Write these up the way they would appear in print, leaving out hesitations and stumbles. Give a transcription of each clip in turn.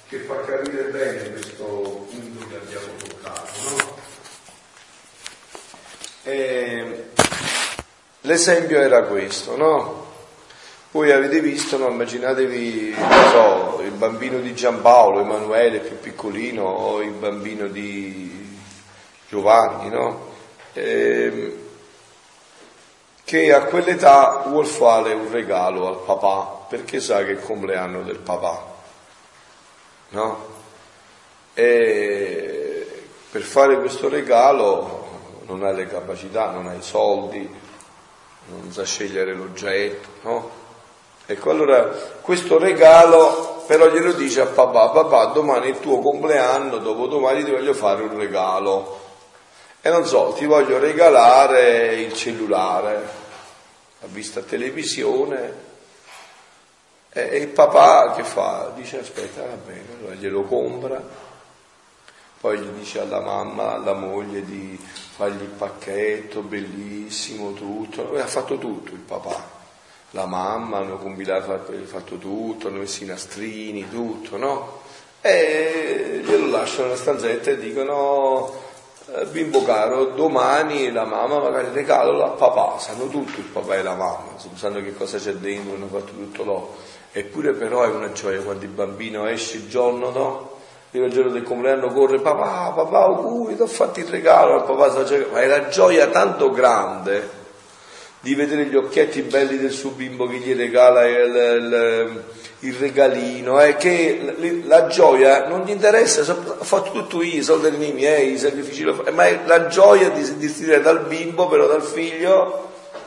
che fa capire bene questo punto che abbiamo toccato, no? L'esempio era questo, no? Voi avete visto, no? Immaginatevi, non so, il bambino di Giampaolo, Emanuele più piccolino, o il bambino di Giovanni, no? Che a quell'età vuol fare un regalo al papà, perché sa che è il compleanno del papà, no? E per fare questo regalo non ha le capacità, non ha i soldi, non sa scegliere l'oggetto, no? Ecco, allora questo regalo però glielo dice a papà: papà, domani è il tuo compleanno, dopodomani ti voglio fare un regalo. E non so, ti voglio regalare il cellulare, ha visto a televisione, e il papà che fa? Dice: aspetta, va bene, allora glielo compra, poi gli dice alla mamma, alla moglie di fargli il pacchetto, bellissimo, tutto, ha fatto tutto il papà, la mamma, hanno combinato, fatto tutto, hanno messo i nastrini, tutto, no? E glielo lasciano nella stanzetta e dicono: bimbo caro, domani la mamma magari regalalo a papà. Sanno tutto il papà e la mamma, sanno che cosa c'è dentro, hanno fatto tutto loro. Eppure però è una gioia quando il bambino esce il giorno, no? Il giorno del compleanno corre: papà, papà, auguri, ti ho fatto il regalo al papà. Ma è la gioia tanto grande di vedere gli occhietti belli del suo bimbo che gli regala il regalino, che la gioia non gli interessa, ho fatto tutto io, i soldi dei miei, i sacrifici, ma è la gioia di sentirsi dire dal bimbo, però dal figlio: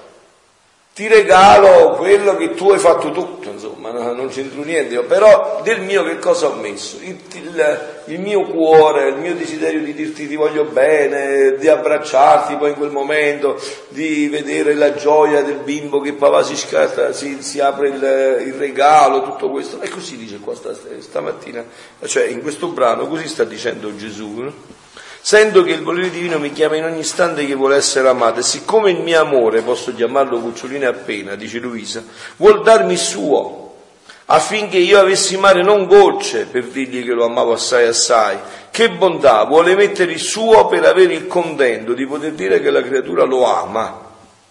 ti regalo quello che tu hai fatto tutto, insomma, non c'entro niente, però del mio che cosa ho messo? Il mio cuore, il mio desiderio di dirti ti voglio bene, di abbracciarti poi in quel momento, di vedere la gioia del bimbo che papà si apre il regalo, tutto questo. E così dice qua stamattina, cioè in questo brano, così sta dicendo Gesù, no? Sento che il volere divino mi chiama in ogni istante che vuole essere amato, e siccome il mio amore, posso chiamarlo cuccioline appena, dice Luisa, vuol darmi il suo, affinché io avessi mare non gocce per dirgli che lo amavo assai assai. Che bontà, vuole mettere il suo per avere il contento di poter dire che la creatura lo ama.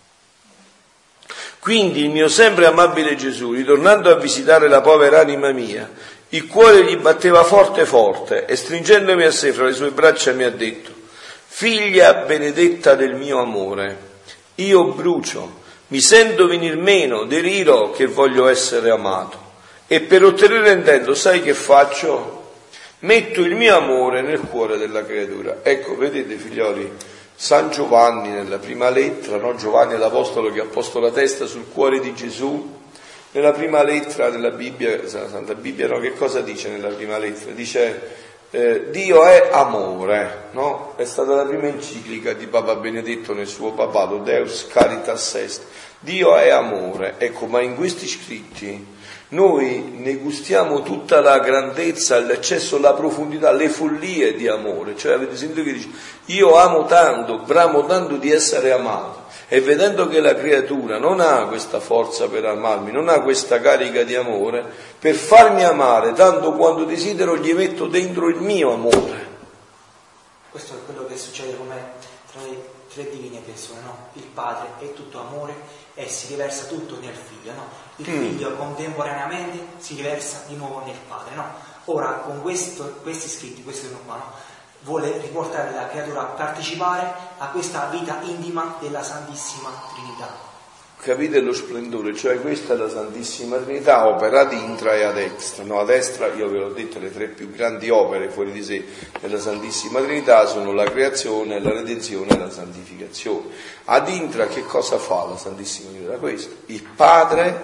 Quindi il mio sempre amabile Gesù, ritornando a visitare la povera anima mia, il cuore gli batteva forte forte, e stringendomi a sé fra le sue braccia mi ha detto: figlia benedetta del mio amore, io brucio, mi sento venir meno, deliro che voglio essere amato, e per ottenere intento sai che faccio? Metto il mio amore nel cuore della creatura. Ecco, vedete figlioli, San Giovanni nella prima lettera, no? Giovanni è l'apostolo che ha posto la testa sul cuore di Gesù. Nella prima lettera della Bibbia, la Santa Bibbia, no? Che cosa dice nella prima lettera? Dice Dio è amore, no? È stata la prima enciclica di Papa Benedetto nel suo papato, Deus Caritas Est. Dio è amore. Ecco, ma in questi scritti noi ne gustiamo tutta la grandezza, l'eccesso, la profondità, le follie di amore. Cioè avete sentito che dice: io amo tanto, bramo tanto di essere amato. E vedendo che la creatura non ha questa forza per amarmi, non ha questa carica di amore, per farmi amare tanto quanto desidero gli metto dentro il mio amore. Questo è quello che succede come tra le tre divine persone, no? Il padre è tutto amore e si riversa tutto nel figlio, no? Il figlio contemporaneamente si riversa di nuovo nel padre, no? Ora con questi scritti, questo qua, no? Vuole riportare la creatura a partecipare a questa vita intima della Santissima Trinità. Capite lo splendore? Cioè questa è la Santissima Trinità, opera ad intra e ad extra, no? A destra, io ve l'ho detto, le tre più grandi opere fuori di sé della Santissima Trinità sono la creazione, la redenzione e la santificazione. Ad intra che cosa fa la Santissima Trinità? Questo: il Padre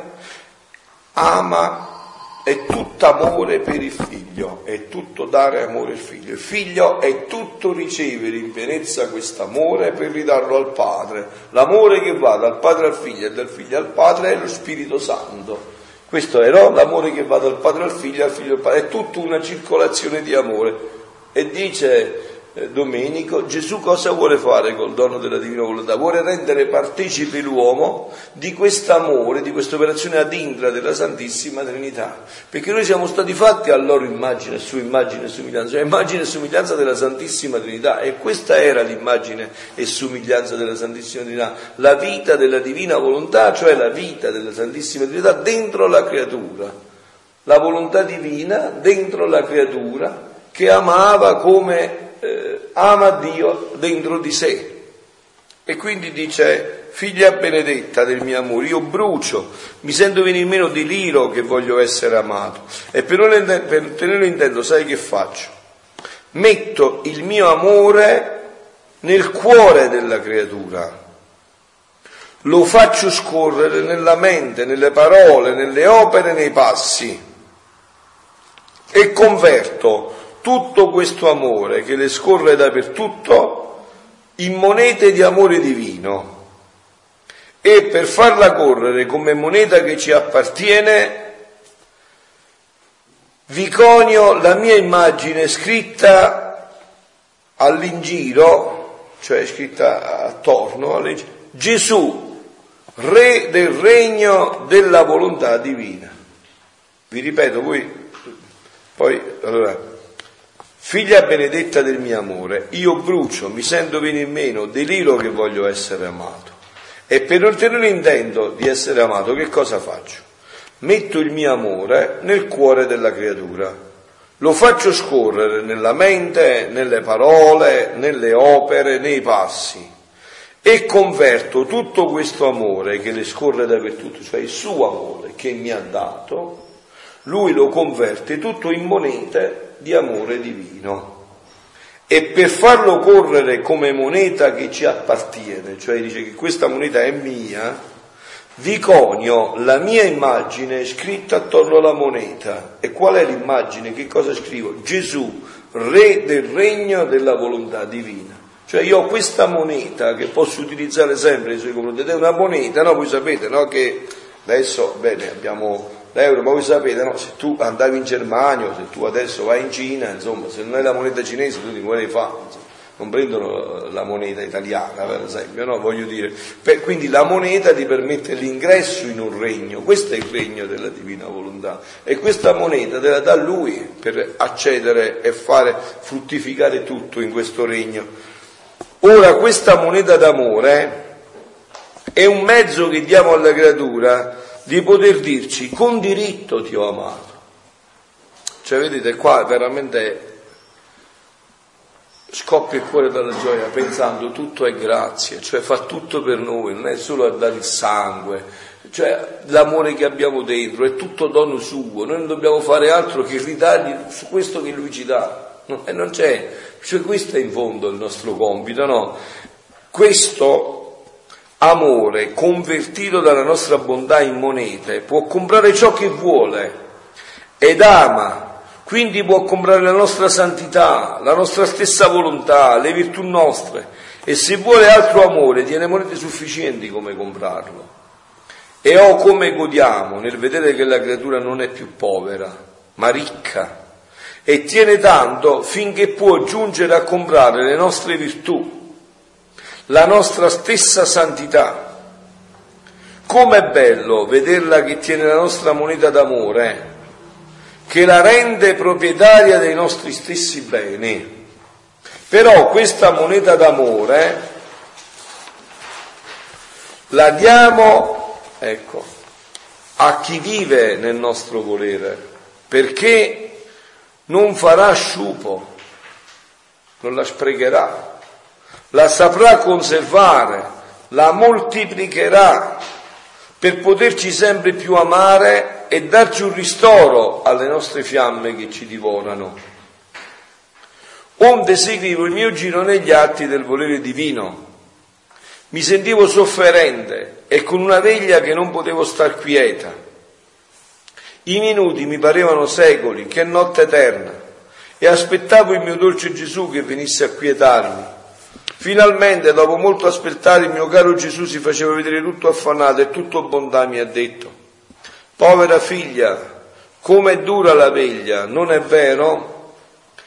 ama, è tutto amore per il figlio, è tutto dare amore al figlio. Il figlio è tutto ricevere in pienezza quest'amore per ridarlo al padre. L'amore che va dal padre al figlio e dal figlio al padre è lo Spirito Santo. Questo è, no? L'amore che va dal padre al figlio al padre. È tutta una circolazione di amore. E dice Domenico, Gesù cosa vuole fare col dono della divina volontà? Vuole rendere partecipe l'uomo di quest'amore, di questa operazione ad intra della Santissima Trinità, perché noi siamo stati fatti a loro immagine, su immagine e somiglianza, cioè immagine e somiglianza della Santissima Trinità, e questa era l'immagine e somiglianza della Santissima Trinità, la vita della divina volontà, cioè la vita della Santissima Trinità dentro la creatura, la volontà divina dentro la creatura che amava come ama Dio dentro di sé. E quindi dice: figlia benedetta del mio amore, io brucio, mi sento venire meno deliro che voglio essere amato, e per tenerlo intendo, sai che faccio? Metto il mio amore nel cuore della creatura, lo faccio scorrere nella mente, nelle parole, nelle opere, nei passi, e converto tutto questo amore che le scorre dappertutto in monete di amore divino, e per farla correre come moneta che ci appartiene vi conio la mia immagine scritta all'ingiro, cioè scritta attorno, Gesù, Re del regno della volontà divina. Vi ripeto, poi allora: figlia benedetta del mio amore, io brucio, mi sento venir meno, deliro che voglio essere amato, e per ottenere l'intento di essere amato che cosa faccio? Metto il mio amore nel cuore della creatura, lo faccio scorrere nella mente, nelle parole, nelle opere, nei passi, e converto tutto questo amore che le scorre dappertutto, cioè il suo amore che mi ha dato, lui lo converte tutto in monete di amore divino, e per farlo correre come moneta che ci appartiene, cioè dice che questa moneta è mia, vi conio la mia immagine scritta attorno alla moneta. E qual è l'immagine? Che cosa scrivo? Gesù, Re del regno della volontà divina. Cioè io ho questa moneta che posso utilizzare sempre nei suoi confronti, ed è una moneta, no? Voi sapete, no? Che adesso, bene, abbiamo l'euro, ma voi sapete, no? Se tu andavi in Germania, se tu adesso vai in Cina, insomma, se non è la moneta cinese, tu ti vuoi fare, non prendono la moneta italiana, per esempio, no? Voglio dire, quindi la moneta ti permette l'ingresso in un regno, questo è il regno della divina volontà, e questa moneta te la dà lui per accedere e fare fruttificare tutto in questo regno. Ora, questa moneta d'amore è un mezzo che diamo alla creatura di poter dirci: con diritto ti ho amato. Cioè, vedete, qua veramente scoppia il cuore dalla gioia pensando tutto è grazie, cioè fa tutto per noi, non è solo a dare il sangue, cioè l'amore che abbiamo dentro è tutto dono suo, noi non dobbiamo fare altro che ridargli su questo che lui ci dà, no? E non c'è, cioè questo è in fondo il nostro compito, no? Questo amore convertito dalla nostra bontà in monete può comprare ciò che vuole ed ama, quindi può comprare la nostra santità, la nostra stessa volontà, le virtù nostre, e se vuole altro amore tiene monete sufficienti come comprarlo. E come godiamo nel vedere che la creatura non è più povera ma ricca, e tiene tanto finché può giungere a comprare le nostre virtù, la nostra stessa santità. Com'è bello vederla che tiene la nostra moneta d'amore, che la rende proprietaria dei nostri stessi beni. Però questa moneta d'amore la diamo, ecco, a chi vive nel nostro volere, perché non farà sciupo, non la sprecherà, la saprà conservare, la moltiplicherà per poterci sempre più amare e darci un ristoro alle nostre fiamme che ci divorano. Onde seguivo il mio giro negli atti del volere divino. Mi sentivo sofferente e con una veglia che non potevo star quieta. I minuti mi parevano secoli, che notte eterna, e aspettavo il mio dolce Gesù che venisse a quietarmi. Finalmente, dopo molto aspettare, il mio caro Gesù si faceva vedere tutto affannato e tutto bontà mi ha detto: povera figlia, com'è dura la veglia, non è vero?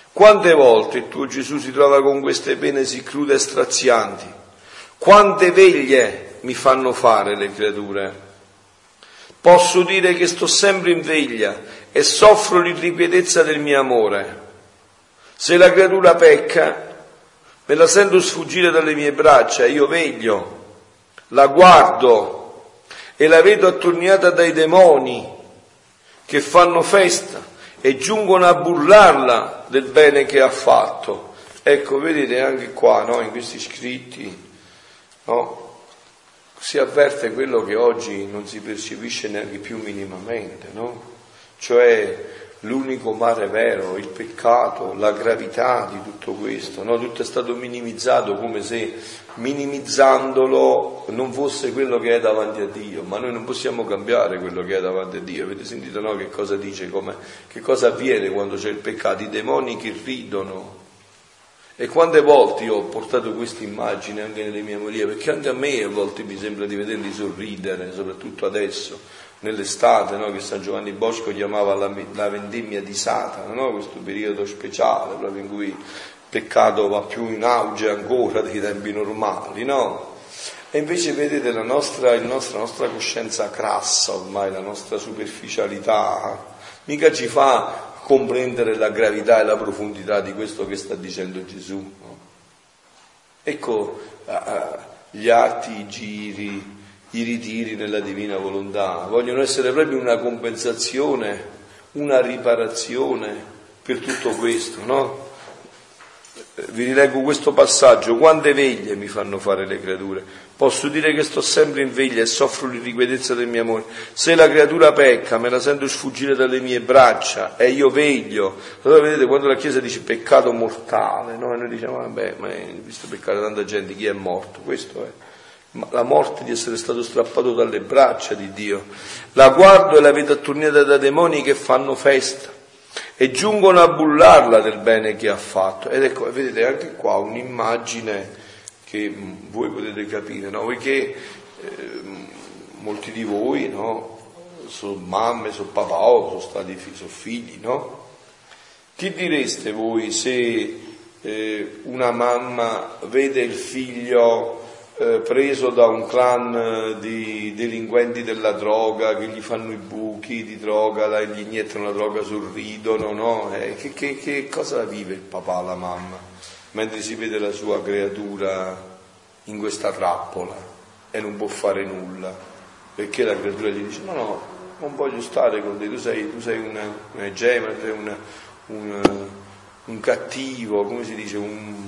Quante volte il tuo Gesù si trova con queste pene sì crude e strazianti? Quante veglie mi fanno fare le creature? Posso dire che sto sempre in veglia e soffro l'irrequietezza del mio amore. Se la creatura pecca, me la sento sfuggire dalle mie braccia, io veglio, la guardo e la vedo attorniata dai demoni che fanno festa e giungono a burlarla del bene che ha fatto. Ecco, vedete anche qua, no, in questi scritti, no, si avverte quello che oggi non si percepisce neanche più minimamente, no? Cioè l'unico male vero, il peccato, la gravità di tutto questo, no? Tutto è stato minimizzato come se minimizzandolo non fosse quello che è davanti a Dio, ma noi non possiamo cambiare quello che è davanti a Dio. Avete sentito, no? Che cosa dice, che cosa avviene quando c'è il peccato? I demoni che ridono. E quante volte io ho portato questa immagine anche nelle mie omelie, perché anche a me a volte mi sembra di vederli sorridere, soprattutto adesso, nell'estate, no? Che San Giovanni Bosco chiamava la vendemmia di Satana, no? Questo periodo speciale, proprio in cui il peccato va più in auge ancora dei tempi normali, no? E invece vedete la nostra coscienza crassa ormai, la nostra superficialità, mica ci fa comprendere la gravità e la profondità di questo che sta dicendo Gesù, no? Ecco gli atti, i giri, i ritiri nella divina volontà vogliono essere proprio una compensazione, una riparazione per tutto questo, no? Vi rileggo questo passaggio: quante veglie mi fanno fare le creature? Posso dire che sto sempre in veglia e soffro l'irrequietezza del mio amore. Se la creatura pecca, me la sento sfuggire dalle mie braccia e io veglio. Allora vedete, quando la Chiesa dice peccato mortale, no? E noi diciamo, vabbè, ma visto peccare tanta gente, chi è morto? Questo è. Ma la morte di essere stato strappato dalle braccia di Dio. La guardo e la vedo attorniata da demoni che fanno festa e giungono a bullarla del bene che ha fatto. Ed ecco, vedete anche qua un'immagine che voi potete capire, no? Poiché molti di voi, no? Sono mamme, sono papà, sono figli, no? Che direste voi se una mamma vede il figlio preso da un clan di delinquenti della droga che gli fanno i buchi di droga, gli iniettano la droga, sorridono, no? Che cosa vive il papà, la mamma, mentre si vede la sua creatura in questa trappola e non può fare nulla, perché la creatura gli dice no, non voglio stare con te, tu sei una gemma, sei un cattivo, come si dice,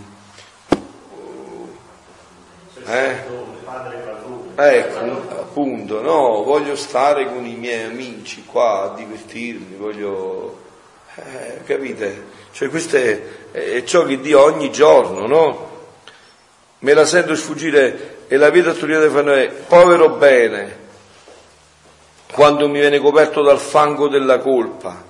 ecco, appunto, no, voglio stare con i miei amici qua a divertirmi, voglio, capite? Cioè questo è ciò che Dio ogni giorno, no? Me la sento sfuggire e la vedo attorniata di fanno, povero bene, quando mi viene coperto dal fango della colpa.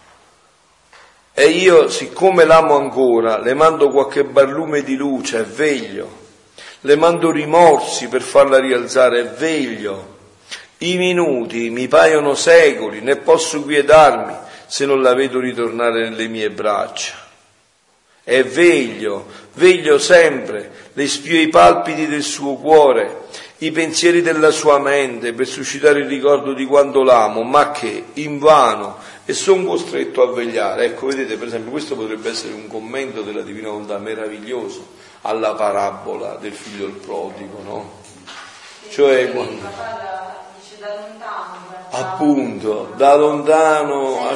E io, siccome l'amo ancora, le mando qualche barlume di luce e veglio. Le mando rimorsi per farla rialzare e veglio. I minuti mi paiono secoli, né posso quietarmi se non la vedo ritornare nelle mie braccia. E veglio sempre, le spio i palpiti del suo cuore, i pensieri della sua mente per suscitare il ricordo di quanto l'amo, ma che invano, e sono costretto a vegliare. Ecco, vedete, per esempio, questo potrebbe essere un commento della Divina Volontà meraviglioso alla parabola del figlio il prodigo, no? Cioè quando appunto da lontano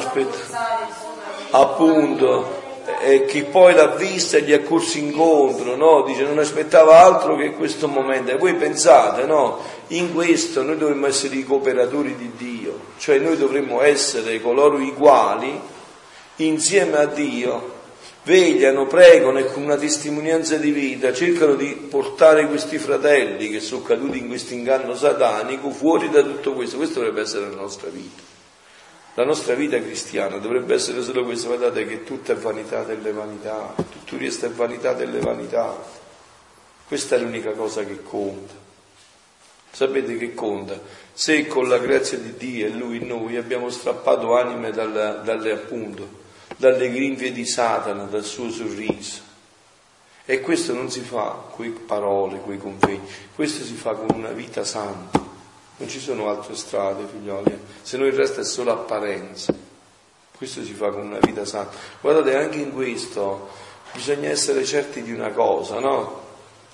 appunto, e chi poi l'ha vista e gli è corso incontro, no? Dice non aspettava altro che questo momento. E voi pensate, no? In questo noi dovremmo essere i cooperatori di Dio, cioè noi dovremmo essere coloro i quali insieme a Dio vegliano, pregano e con una testimonianza di vita cercano di portare questi fratelli che sono caduti in questo inganno satanico fuori da tutto questo. Questa dovrebbe essere la nostra vita. La nostra vita cristiana dovrebbe essere solo questa, guardate che tutta è vanità delle vanità, tutto il resto è vanità delle vanità. Questa è l'unica cosa che conta. Sapete che conta? Se con la grazia di Dio e Lui in noi abbiamo strappato anime dalle grinfie di Satana, dal suo sorriso. E questo non si fa con parole, con i convegni, questo si fa con una vita santa. Non ci sono altre strade, figlioli, se no il resto è solo apparenza. Questo si fa con una vita santa. Guardate, anche in questo bisogna essere certi di una cosa, no?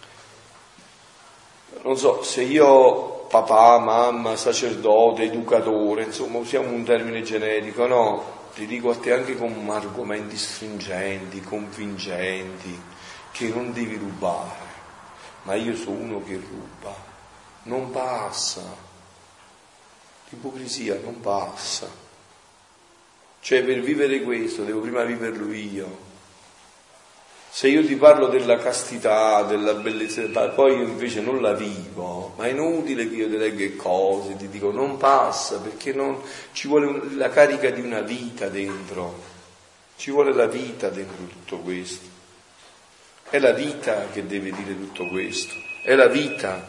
Non so, se io, papà, mamma, sacerdote, educatore, insomma, usiamo un termine generico, no? Ti dico a te anche con argomenti stringenti, convincenti, che non devi rubare, ma io sono uno che ruba, non passa, l'ipocrisia non passa, cioè per vivere questo devo prima viverlo io. Se io ti parlo della castità, della bellezza, poi io invece non la vivo, ma è inutile che io ti legga cose, ti dico non passa, perché non ci vuole la carica di una vita dentro, ci vuole la vita dentro tutto questo. È la vita che deve dire tutto questo, è la vita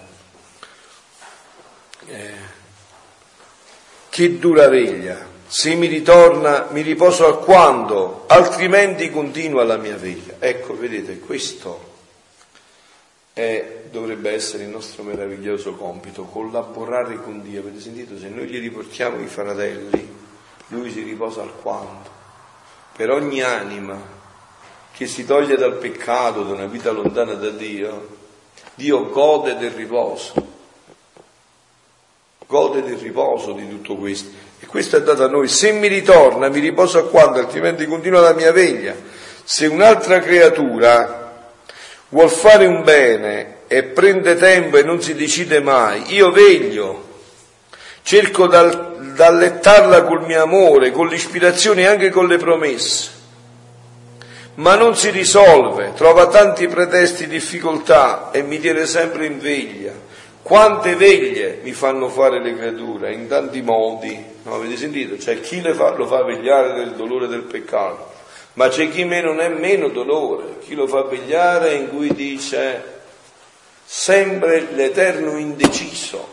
che dura veglia. Se mi ritorna mi riposo alquanto, altrimenti continua la mia veglia. Ecco, vedete, questo dovrebbe essere il nostro meraviglioso compito, collaborare con Dio. Avete sentito? Se noi gli riportiamo i fratelli, lui si riposa alquanto. Per ogni anima che si toglie dal peccato, da una vita lontana da Dio, Dio gode del riposo di tutto questo. E questo è dato a noi. Se mi ritorna, mi riposo alquanto, altrimenti continua la mia veglia. Se un'altra creatura vuol fare un bene e prende tempo e non si decide mai, io veglio, cerco d'allettarla col mio amore, con l'ispirazione e anche con le promesse. Ma non si risolve, trova tanti pretesti e difficoltà e mi tiene sempre in veglia. Quante veglie mi fanno fare le creature, in tanti modi, no, avete sentito? C'è chi lo fa vegliare del dolore del peccato, ma c'è chi non è meno dolore, chi lo fa vegliare in cui dice sempre l'eterno indeciso.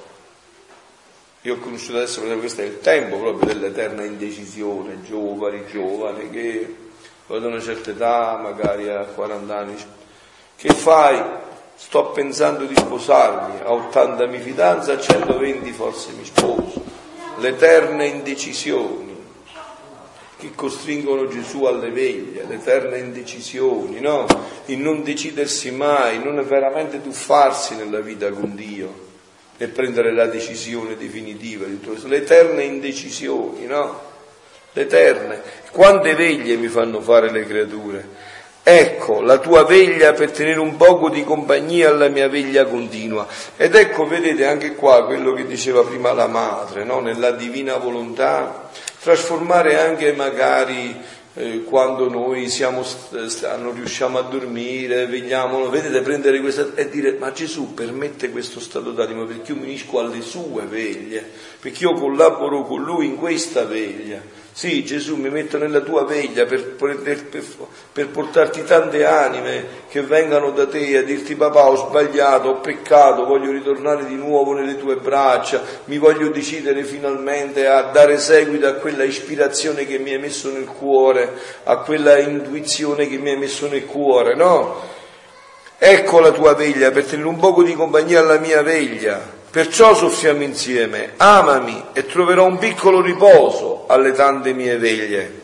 Io ho conosciuto adesso, perché questo è il tempo proprio dell'eterna indecisione, giovani che ad una certa età, magari a 40 anni, che fai? Sto pensando di sposarmi, a 80 mi fidanza, a 120 forse mi sposo. L'eterna indecisioni che costringono Gesù alle veglie, l'eterna indecisioni, no? Il non decidersi mai, non veramente tuffarsi nella vita con Dio e prendere la decisione definitiva di tutto questo. Le eterne indecisioni, no? L'eterne. Quante veglie mi fanno fare le creature? Ecco la tua veglia per tenere un poco di compagnia alla mia veglia continua. Ed ecco, vedete, anche qua quello che diceva prima la madre, no? Nella divina volontà, trasformare anche magari quando noi non riusciamo a dormire, vegliamo, vedete, prendere questa e dire: ma Gesù permette questo stato d'animo perché io mi unisco alle sue veglie, perché io collaboro con lui in questa veglia. Sì, Gesù, mi metto nella tua veglia per portarti tante anime che vengano da te a dirti: papà, ho sbagliato, ho peccato, voglio ritornare di nuovo nelle tue braccia, mi voglio decidere finalmente a dare seguito a quella ispirazione che mi hai messo nel cuore, a quella intuizione che mi hai messo nel cuore, no? Ecco la tua veglia per tenere un poco di compagnia alla mia veglia. Perciò soffiamo insieme, amami e troverò un piccolo riposo alle tante mie veglie.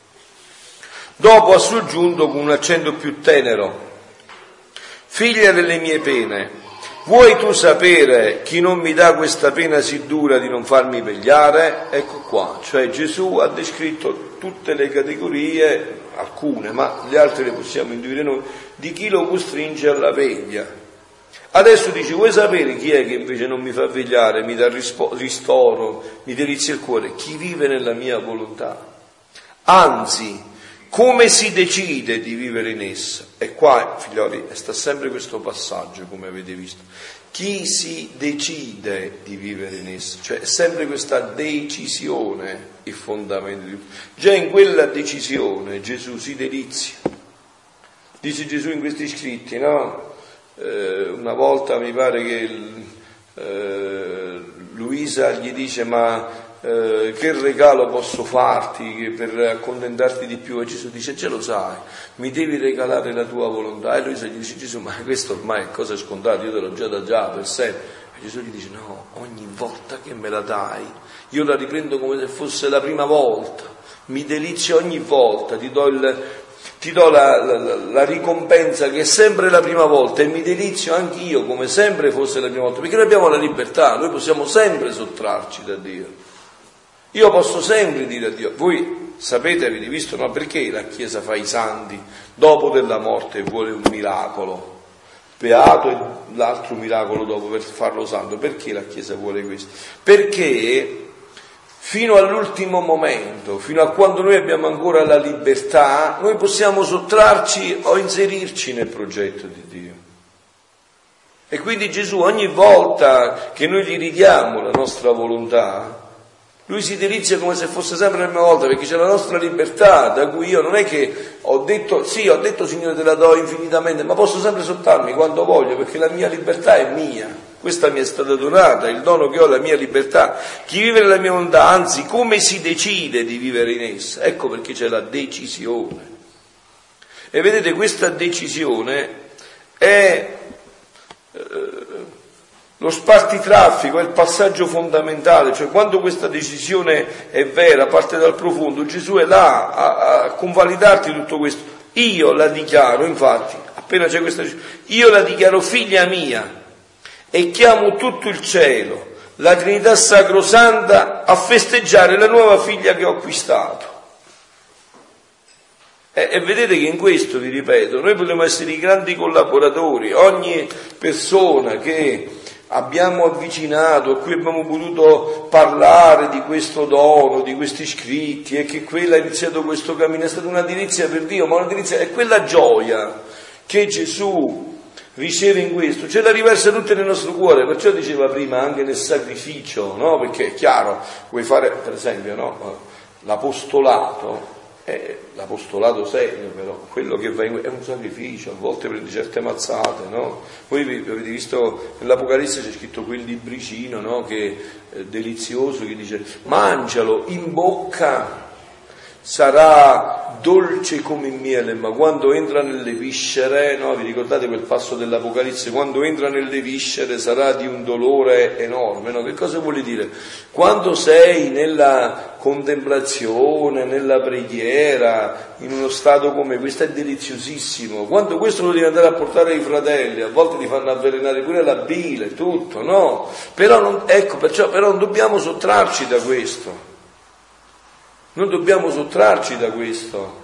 Dopo ha soggiunto con un accento più tenero: figlia delle mie pene, vuoi tu sapere chi non mi dà questa pena sì dura di non farmi vegliare? Ecco qua, cioè Gesù ha descritto tutte le categorie, alcune, ma le altre le possiamo intuire noi, di chi lo costringe alla veglia. Adesso dice: vuoi sapere chi è che invece non mi fa vegliare, mi dà ristoro, mi delizia il cuore? Chi vive nella mia volontà. Anzi, come si decide di vivere in essa? E qua, figlioli, sta sempre questo passaggio, come avete visto. Chi si decide di vivere in essa? Cioè è sempre questa decisione il fondamento di tutto. Già in quella decisione Gesù si delizia. Dice Gesù in questi scritti, no? Una volta mi pare che Luisa gli dice: ma che regalo posso farti per accontentarti di più? E Gesù dice, ce lo sai, mi devi regalare la tua volontà. E lui gli dice, Gesù, ma questo ormai è cosa scontata, io te l'ho già da già per sempre. E Gesù gli dice, no, ogni volta che me la dai, io la riprendo come se fosse la prima volta, mi delizio ogni volta, ti do la ricompensa che è sempre la prima volta, e mi delizio anch'io come sempre fosse la prima volta, perché noi abbiamo la libertà, noi possiamo sempre sottrarci da Dio. Io posso sempre dire a Dio, voi sapete, avete visto, no? Perché la Chiesa fa i santi dopo della morte e vuole un miracolo, beato, e l'altro miracolo dopo per farlo santo? Perché la Chiesa vuole questo? Perché fino all'ultimo momento, fino a quando noi abbiamo ancora la libertà, noi possiamo sottrarci o inserirci nel progetto di Dio. E quindi Gesù, ogni volta che noi gli ridiamo la nostra volontà, lui si delizia come se fosse sempre la prima volta, perché c'è la nostra libertà, da cui io non è che ho detto Signore te la do infinitamente, ma posso sempre sottrarmi quando voglio, perché la mia libertà è mia, questa mi è stata donata, il dono che ho è la mia libertà. Chi vive nella mia volontà, anzi come si decide di vivere in essa, ecco perché c'è la decisione. E vedete, questa decisione è lo spartitraffico, è il passaggio fondamentale, cioè quando questa decisione è vera, parte dal profondo, Gesù è là a convalidarti tutto questo. Io la dichiaro, infatti, appena c'è questa decisione, io la dichiaro figlia mia e chiamo tutto il cielo, la Trinità Sacrosanta, a festeggiare la nuova figlia che ho acquistato. E vedete che in questo, vi ripeto, noi potremmo essere i grandi collaboratori, ogni persona che abbiamo avvicinato, a cui abbiamo potuto parlare di questo dono, di questi scritti, e che quella ha iniziato questo cammino, è stata una delizia per Dio, ma una delizia è quella gioia che Gesù riceve in questo, ce la riversa tutta nel nostro cuore. Perciò diceva prima anche nel sacrificio, no? Perché è chiaro, vuoi fare per esempio, no? L'apostolato serio, però quello che va è un sacrificio, a volte prendi certe mazzate, no? Voi avete visto nell'Apocalisse, c'è scritto quel libricino, no? Che è delizioso, che dice mangialo, in bocca sarà dolce come il miele, ma quando entra nelle viscere, no? Vi ricordate quel passo dell'Apocalisse? Quando entra nelle viscere sarà di un dolore enorme, no? Che cosa vuole dire? Quando sei nella contemplazione, nella preghiera, in uno stato come questo, è deliziosissimo. Quando questo lo devi andare a portare ai fratelli, a volte ti fanno avvelenare pure la bile, tutto, no? Però non dobbiamo sottrarci da questo. Non dobbiamo sottrarci da questo.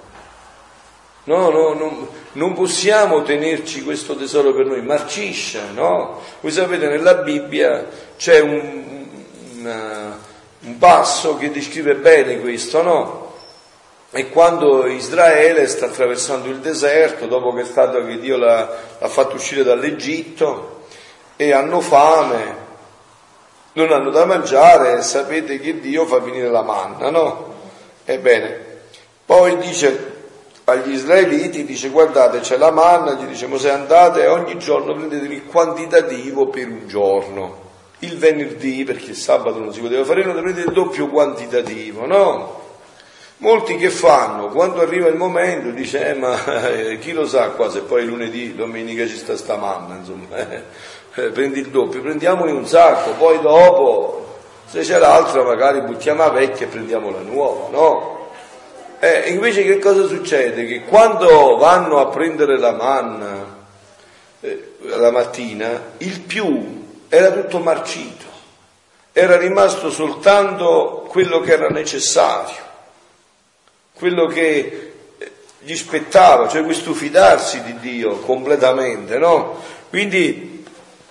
Non possiamo tenerci questo tesoro per noi, marcisce, no? Voi sapete, nella Bibbia c'è un passo che descrive bene questo, no? E quando Israele sta attraversando il deserto, dopo che Dio l'ha fatto uscire dall'Egitto, e hanno fame, non hanno da mangiare, sapete che Dio fa venire la manna, no? Ebbene, poi dice agli israeliti, dice guardate c'è la manna, gli dice Mosè andate e ogni giorno prendetevi il quantitativo per un giorno, il venerdì, perché il sabato non si poteva fare, non prendete il doppio quantitativo, no? Molti che fanno, quando arriva il momento dice ma chi lo sa qua se poi lunedì, domenica ci sta manna, insomma, prendi il doppio, prendiamone un sacco, poi dopo se c'è l'altra magari buttiamo la vecchia e prendiamo la nuova, no? Invece che cosa succede? Che quando vanno a prendere la manna la mattina, il più era tutto marcito, era rimasto soltanto quello che era necessario, quello che gli spettava, cioè questo fidarsi di Dio completamente, no? Quindi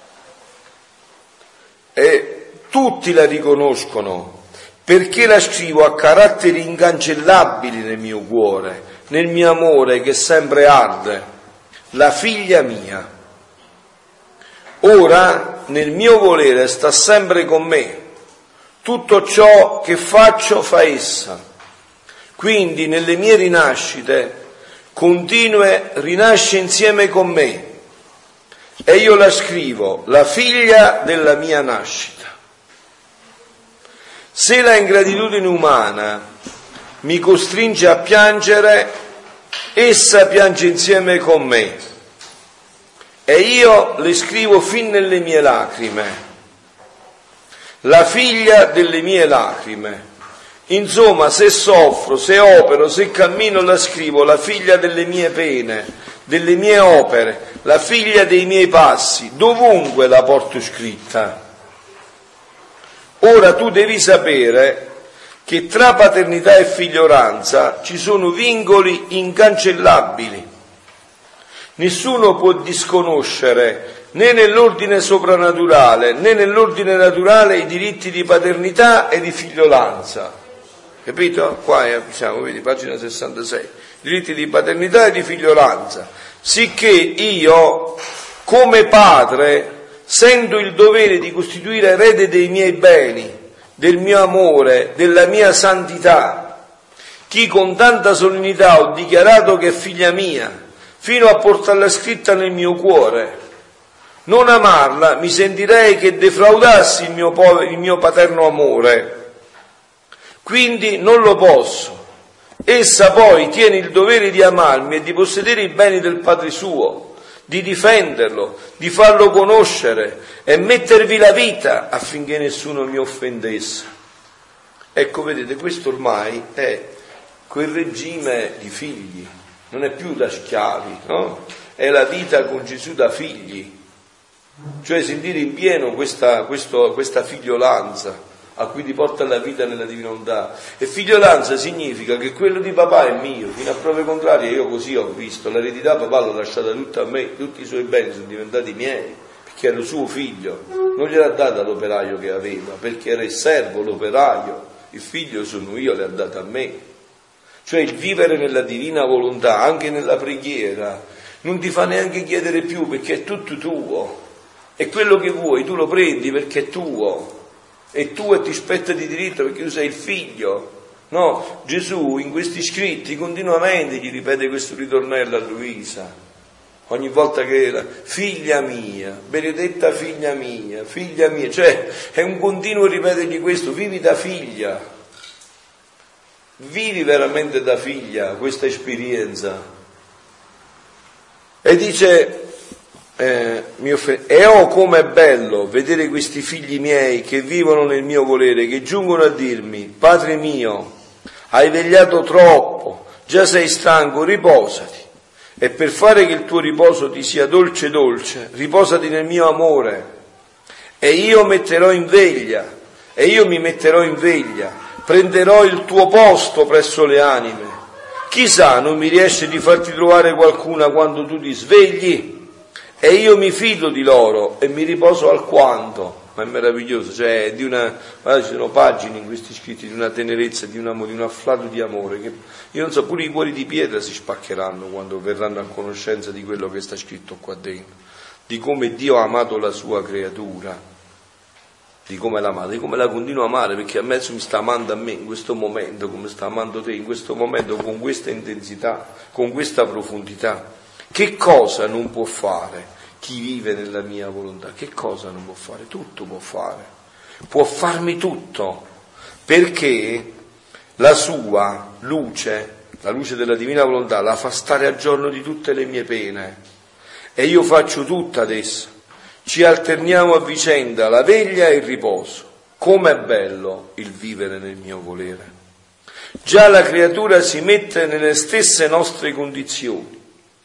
tutti la riconoscono, perché la scrivo a caratteri incancellabili nel mio cuore, nel mio amore che sempre arde, la figlia mia. Ora nel mio volere sta sempre con me, tutto ciò che faccio fa essa, quindi nelle mie rinascite continue rinasce insieme con me, e io la scrivo, la figlia della mia nascita. Se la ingratitudine umana mi costringe a piangere, essa piange insieme con me e io le scrivo fin nelle mie lacrime, la figlia delle mie lacrime. Insomma, se soffro, se opero, se cammino, la scrivo, la figlia delle mie pene, delle mie opere, la figlia dei miei passi, dovunque la porto scritta. Ora tu devi sapere che tra paternità e figliolanza ci sono vincoli incancellabili. Nessuno può disconoscere né nell'ordine soprannaturale né nell'ordine naturale i diritti di paternità e di figliolanza. Capito? Qua siamo, vedi, pagina 66. Diritti di paternità e di figliolanza. Sicché io, come padre, sento il dovere di costituire erede dei miei beni, del mio amore, della mia santità. Chi con tanta solennità ho dichiarato che è figlia mia, fino a portarla scritta nel mio cuore. Non amarla, mi sentirei che defraudassi il mio paterno amore. Quindi non lo posso. Essa poi tiene il dovere di amarmi e di possedere i beni del Padre suo, di difenderlo, di farlo conoscere e mettervi la vita affinché nessuno mi offendesse. Ecco, vedete, questo ormai è quel regime di figli, non è più da schiavi, no? È la vita con Gesù da figli, cioè sentire in pieno questa figliolanza a cui ti porta la vita nella divina volontà. E figliolanza significa che quello di papà è mio, fino a prove contrarie. Io così ho visto, l'eredità papà l'ha lasciata tutta a me, tutti i suoi beni sono diventati miei, perché ero suo figlio, non gliel'ha data l'operaio che aveva, perché era il servo, l'operaio, il figlio sono io, l'ha data a me. Cioè il vivere nella divina volontà, anche nella preghiera, non ti fa neanche chiedere più, perché è tutto tuo, e quello che vuoi tu lo prendi perché è tuo. E tu e ti spetta di diritto perché tu sei il figlio. No, Gesù in questi scritti continuamente gli ripete questo ritornello a Luisa. Ogni volta che era figlia mia, benedetta figlia mia, cioè è un continuo ripetergli questo, vivi da figlia. Vivi veramente da figlia questa esperienza. E dice e oh com'è bello vedere questi figli miei che vivono nel mio volere, che giungono a dirmi: Padre mio, hai vegliato troppo, già sei stanco, riposati. E per fare che il tuo riposo ti sia dolce dolce, riposati nel mio amore. E io metterò in veglia, e io mi metterò in veglia, prenderò il tuo posto presso le anime. Chissà, non mi riesce di farti trovare qualcuna quando tu ti svegli? E io mi fido di loro e mi riposo alquanto. Ma è meraviglioso, cioè guarda, ci sono pagine in questi scritti di una tenerezza, di un amore, di un afflato di amore, che io non so, pure i cuori di pietra si spaccheranno quando verranno a conoscenza di quello che sta scritto qua dentro, di come Dio ha amato la sua creatura, di come l'ha amata, di come la continua a amare, perché a mezzo mi sta amando a me in questo momento, come sta amando te in questo momento, con questa intensità, con questa profondità. Che cosa non può fare chi vive nella mia volontà? Che cosa non può fare? Tutto può fare. Può farmi tutto, perché la sua luce, la luce della divina volontà, la fa stare a giorno di tutte le mie pene. E io faccio tutta ad essa. Ci alterniamo a vicenda la veglia e il riposo. Com'è bello il vivere nel mio volere. Già la creatura si mette nelle stesse nostre condizioni.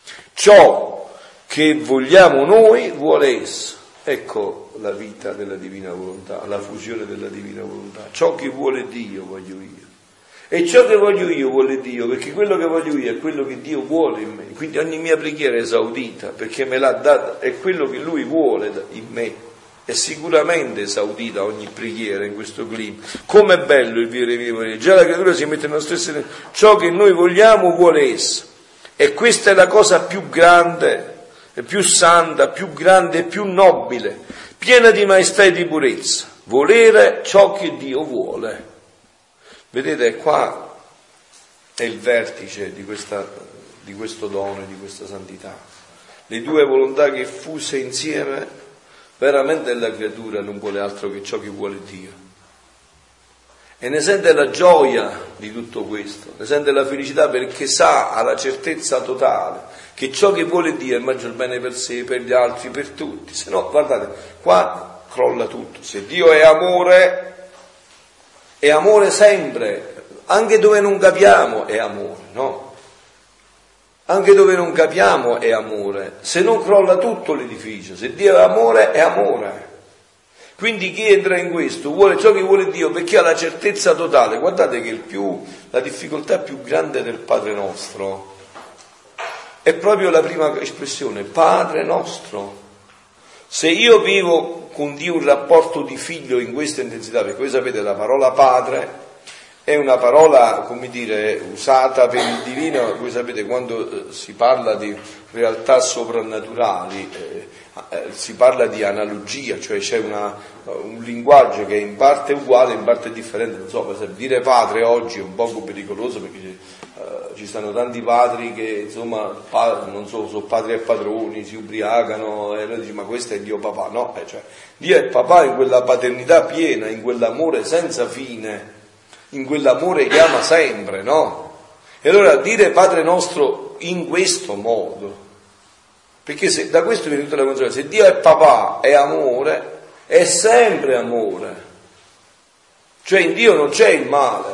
Ciò che vogliamo noi vuole essa. Ecco la vita della divina volontà, la fusione della divina volontà. Ciò che vuole Dio voglio io. E ciò che voglio io vuole Dio, perché quello che voglio io è quello che Dio vuole in me. Quindi ogni mia preghiera è esaudita, perché me l'ha data, è quello che Lui vuole in me. È sicuramente esaudita ogni preghiera in questo clima. Com'è bello il vivere vivo. Già la creatura si mette nello stesso. Ciò che noi vogliamo vuole essa. E questa è la cosa più grande, più santa, più grande e più nobile, piena di maestà e di purezza. Volere ciò che Dio vuole. Vedete, qua è il vertice di questo dono e di questa santità. Le due volontà che fuse insieme, veramente la creatura non vuole altro che ciò che vuole Dio. e ne sente la gioia di tutto questo, ne sente la felicità perché ha la certezza totale che ciò che vuole Dio è maggior bene per sé, per gli altri, per tutti. Se no, guardate, qua crolla tutto. Se Dio è amore sempre, anche dove non capiamo è amore, no? Anche dove non capiamo è amore, se non crolla tutto l'edificio. Se Dio è amore, è amore. Quindi chi entra in questo vuole ciò che vuole Dio perché ha la certezza totale. Guardate che la difficoltà più grande del Padre nostro è proprio la prima espressione, Padre nostro. Se io vivo con Dio un rapporto di figlio in questa intensità, perché voi sapete la parola Padre è una parola, come dire, usata per il divino. Voi sapete quando si parla di realtà soprannaturali si parla di analogia, cioè c'è un linguaggio che è in parte uguale, in parte differente. Non so, per esempio dire padre oggi è un poco pericoloso perché ci stanno tanti padri che insomma non so, sono padri e padroni, si ubriacano e noi diciamo ma questo è Dio papà. No, cioè, Dio è papà in quella paternità piena, in quell'amore senza fine, in quell'amore che ama sempre, no? E allora dire Padre nostro in questo modo, perché se da questo viene tutta la conseguenza, se Dio è papà, è amore, è sempre amore, cioè in Dio non c'è il male,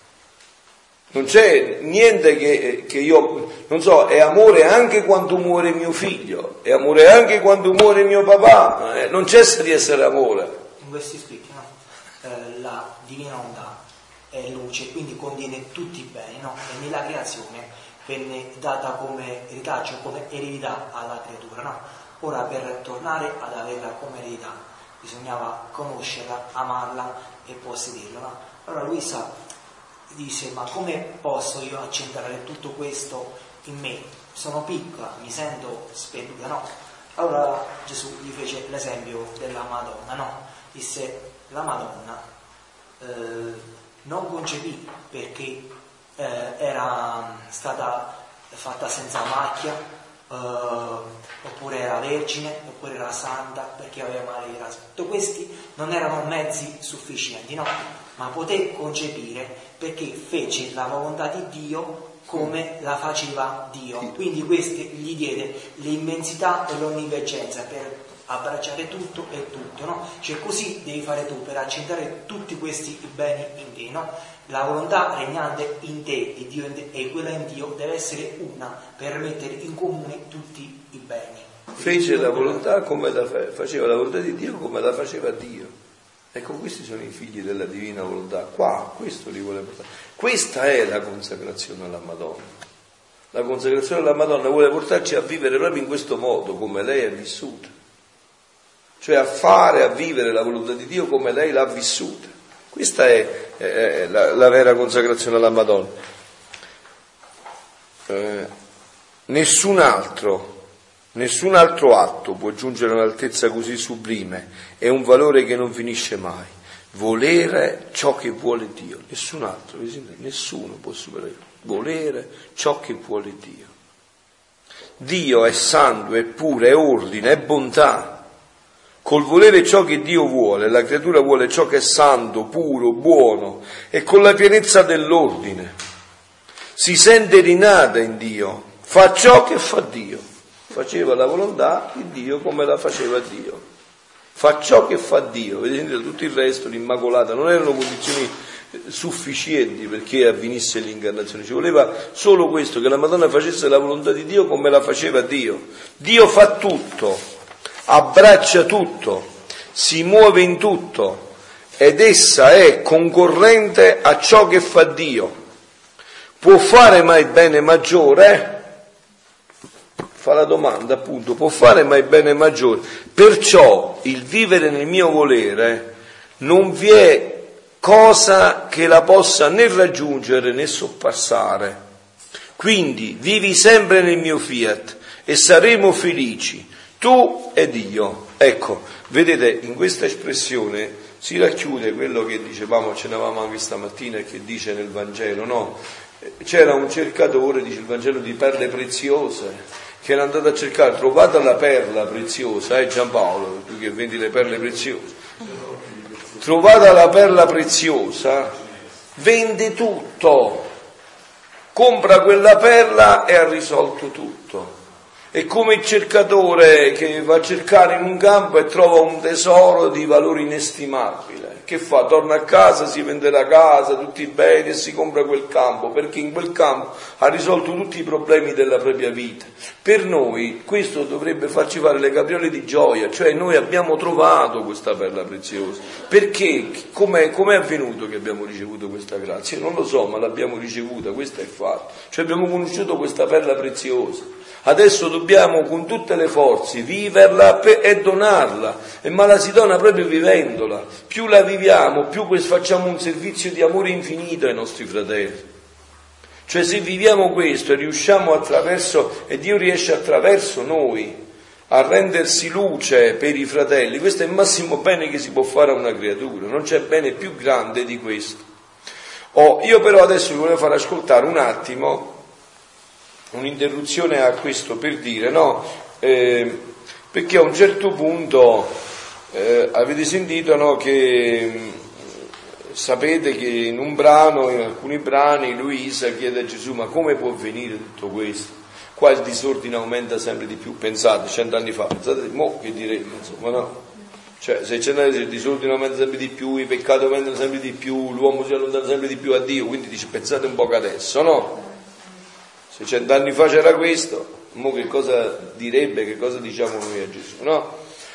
non c'è niente che io, non so, è amore anche quando muore mio figlio, è amore anche quando muore mio papà, non cessa di essere amore. In questi scritti, no? La divina onda è luce, quindi contiene tutti i beni, no? E nella creazione venne data come ritaggio, come eredità alla creatura, no? Ora per tornare ad averla come eredità bisognava conoscerla, amarla e possederla, no? Allora Luisa dice: ma come posso io accentrare tutto questo in me? Sono piccola, mi sento sperduta, no? Allora Gesù gli fece l'esempio della Madonna, no? Disse: la Madonna non concepì perché era stata fatta senza macchia, oppure era vergine, oppure era santa, perché aveva male di razza. Tutti questi non erano mezzi sufficienti, no? Ma poté concepire perché fece la volontà di Dio come la faceva Dio. Quindi questo gli diede l'immensità e l'onnivegenza per abbracciare tutto e tutto, no? Cioè così devi fare tu per accentrare tutti questi beni in te, no? La volontà regnante in te e Dio in te, e quella in Dio deve essere una per mettere in comune tutti i beni. Fece la volontà come faceva la volontà di Dio come la faceva Dio. Ecco, questi sono i figli della divina volontà. Qua, questo li vuole portare. Questa è la consacrazione alla Madonna. La consacrazione alla Madonna vuole portarci a vivere proprio in questo modo, come lei è vissuta. Cioè a vivere la volontà di Dio come lei l'ha vissuta. Questa è la vera consacrazione alla Madonna. Nessun altro atto può giungere a un'altezza così sublime, è un valore che non finisce mai. Volere ciò che vuole Dio, nessun altro, nessuno può superare. Volere ciò che vuole Dio. Dio è santo, è puro, è ordine, è bontà. Col volere ciò che Dio vuole, la creatura vuole ciò che è santo, puro, buono, e con la pienezza dell'ordine si sente rinata in Dio, fa ciò che fa Dio. Faceva la volontà di Dio come la faceva Dio. Fa ciò che fa Dio. Vedete, tutto il resto, l'Immacolata, non erano condizioni sufficienti perché avvenisse l'incarnazione. Ci voleva solo questo, che la Madonna facesse la volontà di Dio come la faceva Dio. Dio fa tutto, abbraccia tutto, si muove in tutto, ed essa è concorrente a ciò che fa Dio. Può fare mai bene maggiore? Fa la domanda, appunto, può fare mai bene maggiore? Perciò il vivere nel mio volere non vi è cosa che la possa né raggiungere né sorpassare. Quindi vivi sempre nel mio fiat e saremo felici, tu ed io. Ecco, vedete, in questa espressione si racchiude quello che dicevamo, cenavamo anche stamattina e che dice nel Vangelo, no? C'era un cercatore, dice il Vangelo, di perle preziose, che era andato a cercare, trovata la perla preziosa, Giampaolo, tu che vendi le perle preziose, trovata la perla preziosa, vende tutto, compra quella perla e ha risolto tutto. È come il cercatore che va a cercare in un campo e trova un tesoro di valore inestimabile. Che fa? Torna a casa, si vende la casa, tutti i beni e si compra quel campo, perché in quel campo ha risolto tutti i problemi della propria vita. Per noi questo dovrebbe farci fare le capriole di gioia, cioè noi abbiamo trovato questa perla preziosa. Perché? Com'è avvenuto che abbiamo ricevuto questa grazia? Io non lo so, ma l'abbiamo ricevuta, questo è il fatto. Cioè abbiamo conosciuto questa perla preziosa. Adesso dobbiamo con tutte le forze viverla e donarla, ma la si dona proprio vivendola. Più la viviamo, più facciamo un servizio di amore infinito ai nostri fratelli. Cioè se viviamo questo e riusciamo attraverso, e Dio riesce attraverso noi a rendersi luce per i fratelli, questo è il massimo bene che si può fare a una creatura, non c'è bene più grande di questo. Io però adesso vi volevo far ascoltare un attimo un'interruzione a questo per dire, no? Perché a un certo punto avete sentito, no, che sapete che in un brano, in alcuni brani, Luisa chiede a Gesù: ma come può avvenire tutto questo? Qua il disordine aumenta sempre di più, pensate, 100 anni fa, pensate, mo che diremmo, insomma, no? Cioè, se 100 anni fa il disordine aumenta sempre di più, i peccati aumentano sempre di più, l'uomo si allontana sempre di più a Dio, quindi dice, pensate un po' che adesso, no? Se 100 anni fa c'era questo, mo che cosa direbbe, che cosa diciamo noi a Gesù, no?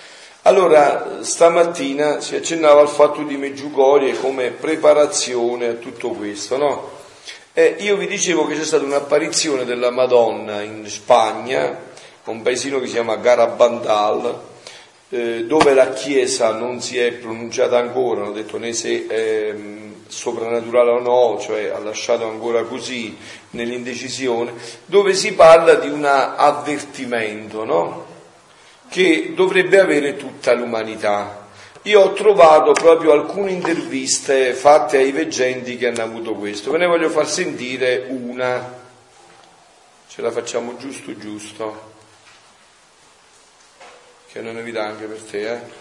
Allora, stamattina si accennava al fatto di Medjugorje come preparazione a tutto questo, no? Io vi dicevo che c'è stata un'apparizione della Madonna in Spagna, un paesino che si chiama Garabandal, dove la Chiesa non si è pronunciata ancora, hanno detto né se è soprannaturale o no, cioè ha lasciato ancora così nell'indecisione, dove si parla di un avvertimento, no? Che dovrebbe avere tutta l'umanità. Io ho trovato proprio alcune interviste fatte ai veggenti che hanno avuto questo, ve ne voglio far sentire una, ce la facciamo giusto, che è una novità anche per te,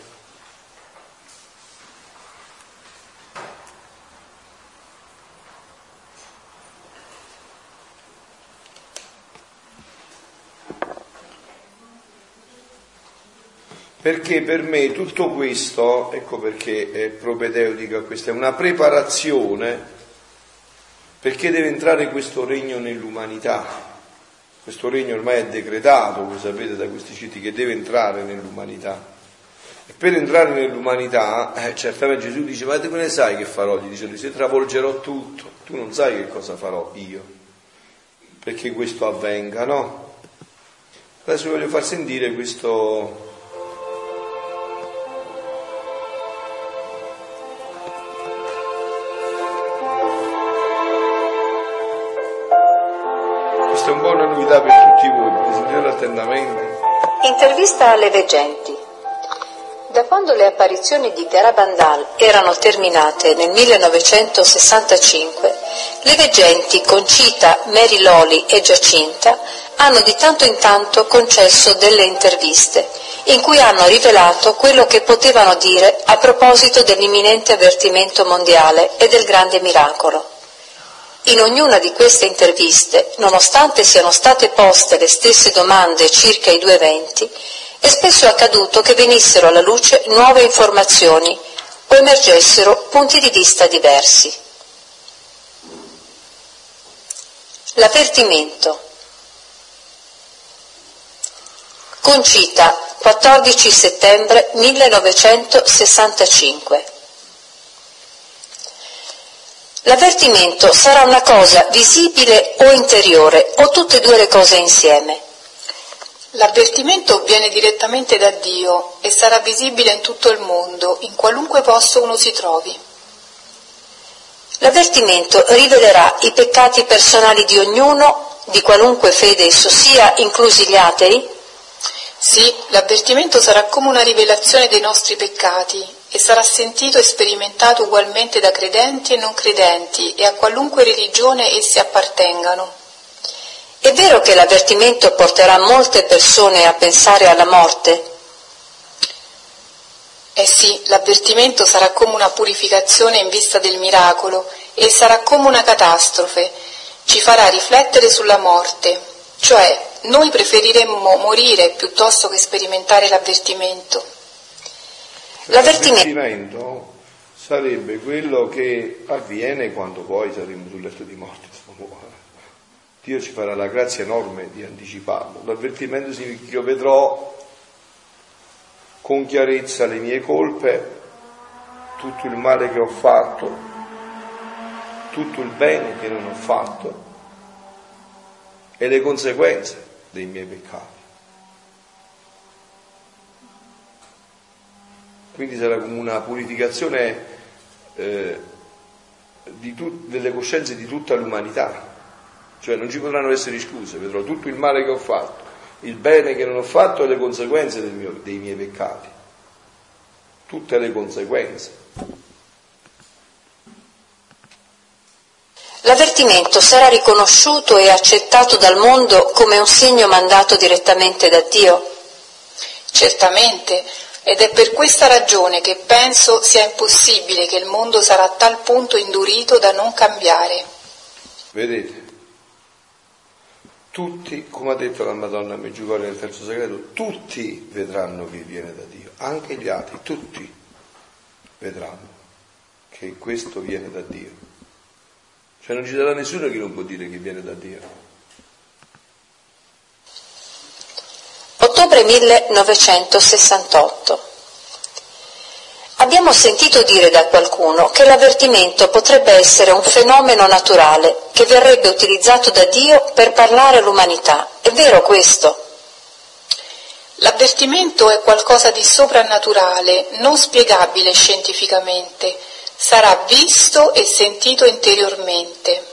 Perché per me tutto questo, ecco perché è propedeutica questa, è una preparazione perché deve entrare questo regno nell'umanità. Questo regno ormai è decretato, voi sapete da questi scritti, che deve entrare nell'umanità. E per entrare nell'umanità, certamente Gesù dice, ma tu ne sai che farò? Gli dice, se travolgerò tutto, tu non sai che cosa farò io, perché questo avvenga, no? Adesso voglio far sentire questo. Questa è un po' una novità per tutti voi, potete sentire attentamente. Intervista alle veggenti. Da quando le apparizioni di Garabandal erano terminate nel 1965, le veggenti Concita, Mary Loli e Giacinta hanno di tanto in tanto concesso delle interviste, in cui hanno rivelato quello che potevano dire a proposito dell'imminente avvertimento mondiale e del grande miracolo. In ognuna di queste interviste, nonostante siano state poste le stesse domande circa i due eventi, è spesso accaduto che venissero alla luce nuove informazioni o emergessero punti di vista diversi. L'avvertimento. Concita, 14 settembre 1965. L'avvertimento sarà una cosa visibile o interiore, o tutte e due le cose insieme? L'avvertimento viene direttamente da Dio e sarà visibile in tutto il mondo, in qualunque posto uno si trovi. L'avvertimento rivelerà i peccati personali di ognuno, di qualunque fede esso sia, inclusi gli atei? Sì, l'avvertimento sarà come una rivelazione dei nostri peccati e sarà sentito e sperimentato ugualmente da credenti e non credenti e a qualunque religione essi appartengano. È vero che l'avvertimento porterà molte persone a pensare alla morte? Eh sì, l'avvertimento sarà come una purificazione in vista del miracolo e sarà come una catastrofe, ci farà riflettere sulla morte, cioè noi preferiremmo morire piuttosto che sperimentare l'avvertimento. L'avvertimento sarebbe quello che avviene quando poi saremo sul letto di morte. Dio ci farà la grazia enorme di anticiparlo. L'avvertimento significa che io vedrò con chiarezza le mie colpe, tutto il male che ho fatto, tutto il bene che non ho fatto e le conseguenze dei miei peccati. Quindi sarà come una purificazione delle coscienze di tutta l'umanità, cioè non ci potranno essere scuse, vedrò tutto il male che ho fatto, il bene che non ho fatto e le conseguenze dei miei peccati, tutte le conseguenze. L'avvertimento sarà riconosciuto e accettato dal mondo come un segno mandato direttamente da Dio? Certamente, ed è per questa ragione che penso sia impossibile che il mondo sarà a tal punto indurito da non cambiare. Vedete? Tutti, come ha detto la Madonna Medjugorje nel terzo segreto, tutti vedranno che viene da Dio, anche gli atei, tutti vedranno che questo viene da Dio. Cioè non ci sarà nessuno che non può dire che viene da Dio. Ottobre 1968. Abbiamo sentito dire da qualcuno che l'avvertimento potrebbe essere un fenomeno naturale che verrebbe utilizzato da Dio per parlare all'umanità. È vero questo? L'avvertimento è qualcosa di soprannaturale, non spiegabile scientificamente. Sarà visto e sentito interiormente.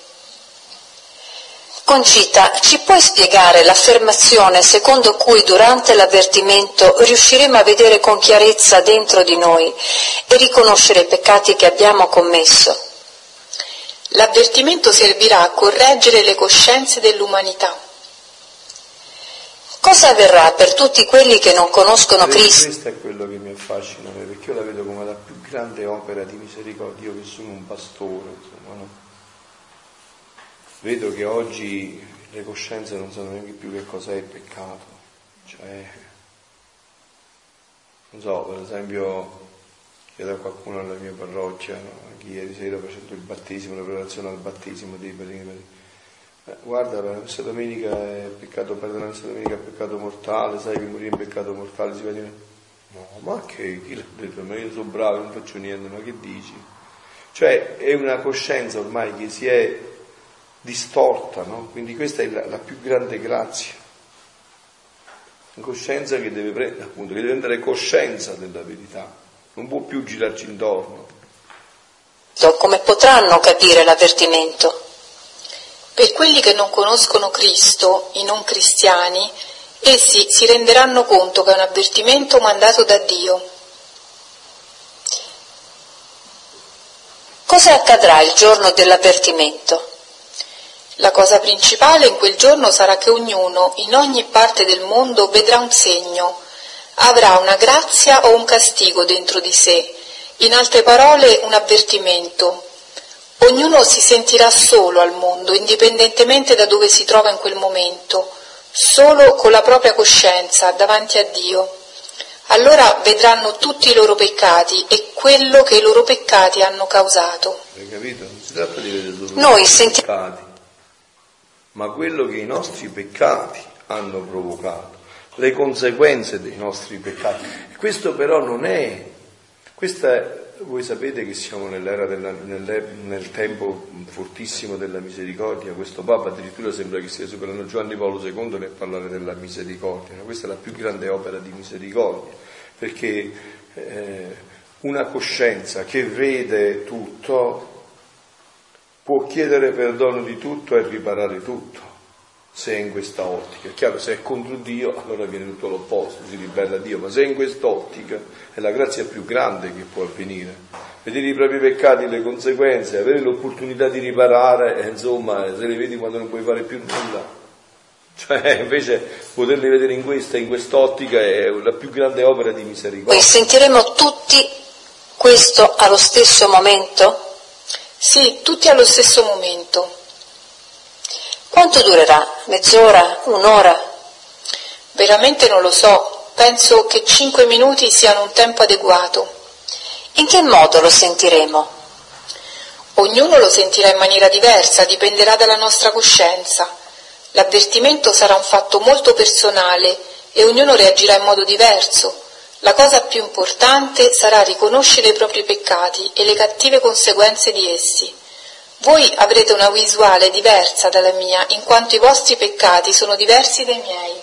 Concita, ci puoi spiegare l'affermazione secondo cui durante l'avvertimento riusciremo a vedere con chiarezza dentro di noi e riconoscere i peccati che abbiamo commesso? L'avvertimento servirà a correggere le coscienze dell'umanità. Cosa avverrà per tutti quelli che non conoscono Cristo? Questo è quello che mi affascina, perché io la vedo come la più grande opera di misericordia. Io che sono un pastore, insomma, no? Vedo che oggi le coscienze non sanno neanche più che cos'è il peccato. Cioè, non so, per esempio, chiedo a qualcuno alla mia parrocchia, no? Anche ieri sera facendo il battesimo, la preparazione al battesimo dei pellegrini. Guarda, questa domenica è peccato, perdonare questa domenica è peccato mortale, sai che morire in peccato mortale si va dire, no, ma che, chi l'ha detto? Ma io sono bravo, non faccio niente, ma che dici? Cioè è una coscienza ormai che si è distorta, no? Quindi questa è la più grande grazia, una coscienza che deve prendere, appunto, che deve prendere coscienza della verità, non può più girarci intorno. Come potranno capire l'avvertimento? Per quelli che non conoscono Cristo, i non cristiani, essi si renderanno conto che è un avvertimento mandato da Dio. Cosa accadrà il giorno dell'avvertimento? La cosa principale in quel giorno sarà che ognuno, in ogni parte del mondo, vedrà un segno, avrà una grazia o un castigo dentro di sé, in altre parole un avvertimento. Ognuno si sentirà solo al mondo, indipendentemente da dove si trova in quel momento, solo con la propria coscienza davanti a Dio. Allora vedranno tutti i loro peccati e quello che i loro peccati hanno causato. Hai capito? Non si tratta di vedere solo Noi i peccati, ma quello che i nostri peccati hanno provocato, le conseguenze dei nostri peccati. Questo però non è, voi sapete che siamo nell'era nel tempo fortissimo della misericordia. Questo Papa addirittura sembra che stia superando Giovanni Paolo II nel parlare della misericordia. Questa è la più grande opera di misericordia, perché una coscienza che vede tutto può chiedere perdono di tutto e riparare tutto, se è in questa ottica. È chiaro, se è contro Dio allora viene tutto l'opposto, si ribella a Dio, ma se è in quest'ottica è la grazia più grande che può avvenire. Vedere i propri peccati, le conseguenze, avere l'opportunità di riparare, insomma, se li vedi quando non puoi fare più nulla. Cioè, invece poterli vedere in quest'ottica è la più grande opera di misericordia. Poi sentiremo tutti questo allo stesso momento? Sì, tutti allo stesso momento. Quanto durerà? Mezz'ora? Un'ora? Veramente non lo so, penso che 5 minuti siano un tempo adeguato. In che modo lo sentiremo? Ognuno lo sentirà in maniera diversa, dipenderà dalla nostra coscienza. L'avvertimento sarà un fatto molto personale e ognuno reagirà in modo diverso. La cosa più importante sarà riconoscere i propri peccati e le cattive conseguenze di essi. Voi avrete una visuale diversa dalla mia, in quanto i vostri peccati sono diversi dai miei.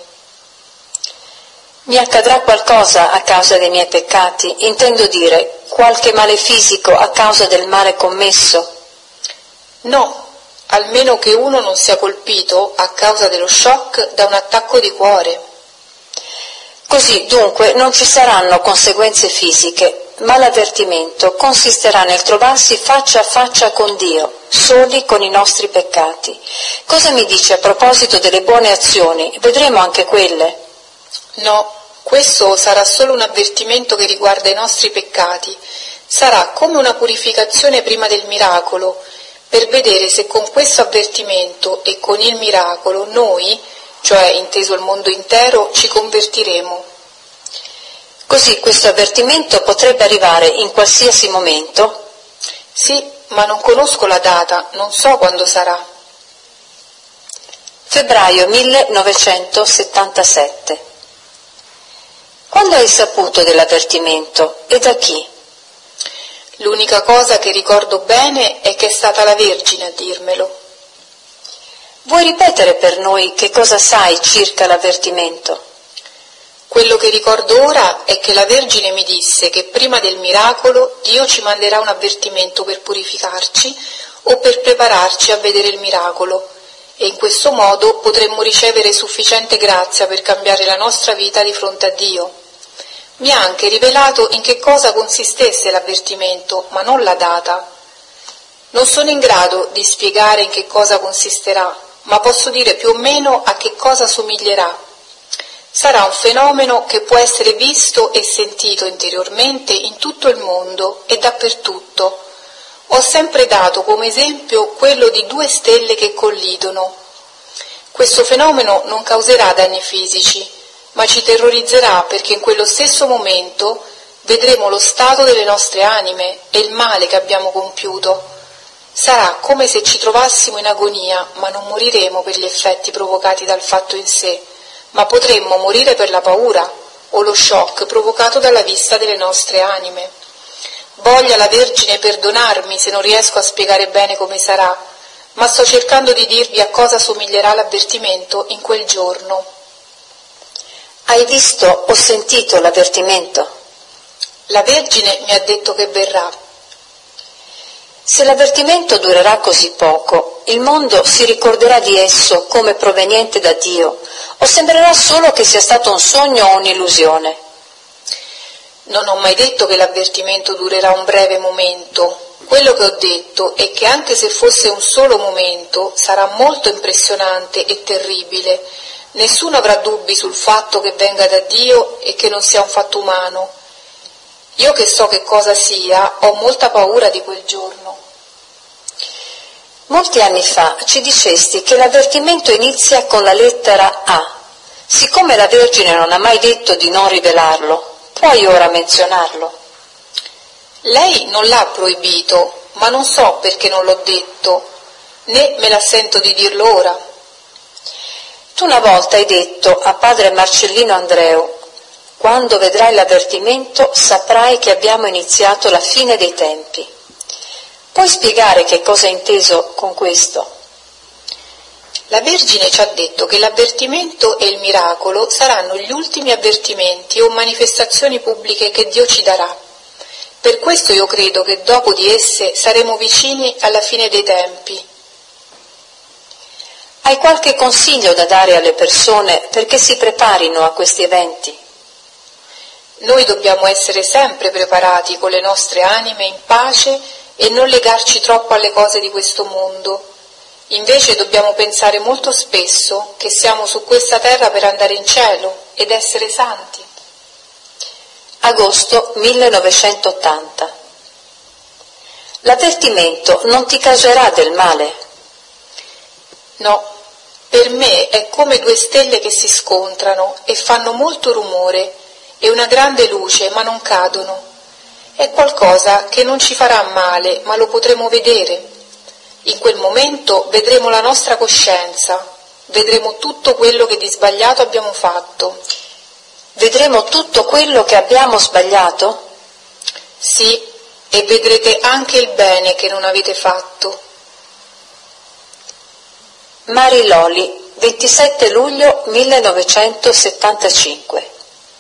Mi accadrà qualcosa a causa dei miei peccati? Intendo dire, qualche male fisico a causa del male commesso? No, almeno che uno non sia colpito a causa dello shock da un attacco di cuore. Così dunque non ci saranno conseguenze fisiche, ma l'avvertimento consisterà nel trovarsi faccia a faccia con Dio, soli con i nostri peccati. Cosa mi dice a proposito delle buone azioni? Vedremo anche quelle? No, questo sarà solo un avvertimento che riguarda i nostri peccati. Sarà come una purificazione prima del miracolo, per vedere se con questo avvertimento e con il miracolo noi, cioè inteso il mondo intero, ci convertiremo. Così questo avvertimento potrebbe arrivare in qualsiasi momento? Sì, ma non conosco la data, non so quando sarà. Febbraio 1977. Quando hai saputo dell'avvertimento e da chi? L'unica cosa che ricordo bene è che è stata la Vergine a dirmelo. Vuoi ripetere per noi che cosa sai circa l'avvertimento? Quello che ricordo ora è che la Vergine mi disse che prima del miracolo Dio ci manderà un avvertimento per purificarci o per prepararci a vedere il miracolo, e in questo modo potremmo ricevere sufficiente grazia per cambiare la nostra vita di fronte a Dio. Mi ha anche rivelato in che cosa consistesse l'avvertimento, ma non la data. Non sono in grado di spiegare in che cosa consisterà, ma posso dire più o meno a che cosa somiglierà. Sarà un fenomeno che può essere visto e sentito interiormente in tutto il mondo e dappertutto. Ho sempre dato come esempio quello di 2 stelle che collidono. Questo fenomeno non causerà danni fisici, ma ci terrorizzerà perché in quello stesso momento vedremo lo stato delle nostre anime e il male che abbiamo compiuto. Sarà come se ci trovassimo in agonia, ma non moriremo per gli effetti provocati dal fatto in sé, ma potremmo morire per la paura o lo shock provocato dalla vista delle nostre anime. Voglia la Vergine perdonarmi se non riesco a spiegare bene come sarà, ma sto cercando di dirvi a cosa somiglierà l'avvertimento in quel giorno. Hai visto o sentito l'avvertimento? La Vergine mi ha detto che verrà. Se l'avvertimento durerà così poco, il mondo si ricorderà di esso come proveniente da Dio, o sembrerà solo che sia stato un sogno o un'illusione? Non ho mai detto che l'avvertimento durerà un breve momento. Quello che ho detto è che anche se fosse un solo momento, sarà molto impressionante e terribile. Nessuno avrà dubbi sul fatto che venga da Dio e che non sia un fatto umano. Io che so che cosa sia, ho molta paura di quel giorno. Molti anni fa ci dicesti che l'avvertimento inizia con la lettera A. Siccome la Vergine non ha mai detto di non rivelarlo, puoi ora menzionarlo? Lei non l'ha proibito, ma non so perché non l'ho detto, né me la sento di dirlo ora. Tu una volta hai detto a padre Marcellino Andreu: quando vedrai l'avvertimento saprai che abbiamo iniziato la fine dei tempi. Puoi spiegare che cosa hai inteso con questo? La Vergine ci ha detto che l'avvertimento e il miracolo saranno gli ultimi avvertimenti o manifestazioni pubbliche che Dio ci darà. Per questo io credo che dopo di esse saremo vicini alla fine dei tempi. Hai qualche consiglio da dare alle persone perché si preparino a questi eventi? Noi dobbiamo essere sempre preparati con le nostre anime in pace e non legarci troppo alle cose di questo mondo. Invece dobbiamo pensare molto spesso che siamo su questa terra per andare in cielo ed essere santi. Agosto 1980. L'avvertimento non ti causerà del male? No, per me è come due stelle che si scontrano e fanno molto rumore e una grande luce, ma non cadono. È qualcosa che non ci farà male, ma lo potremo vedere. In quel momento vedremo la nostra coscienza, vedremo tutto quello che di sbagliato abbiamo fatto. Vedremo tutto quello che abbiamo sbagliato? Sì, e vedrete anche il bene che non avete fatto. Mariloli, 27 luglio 1975.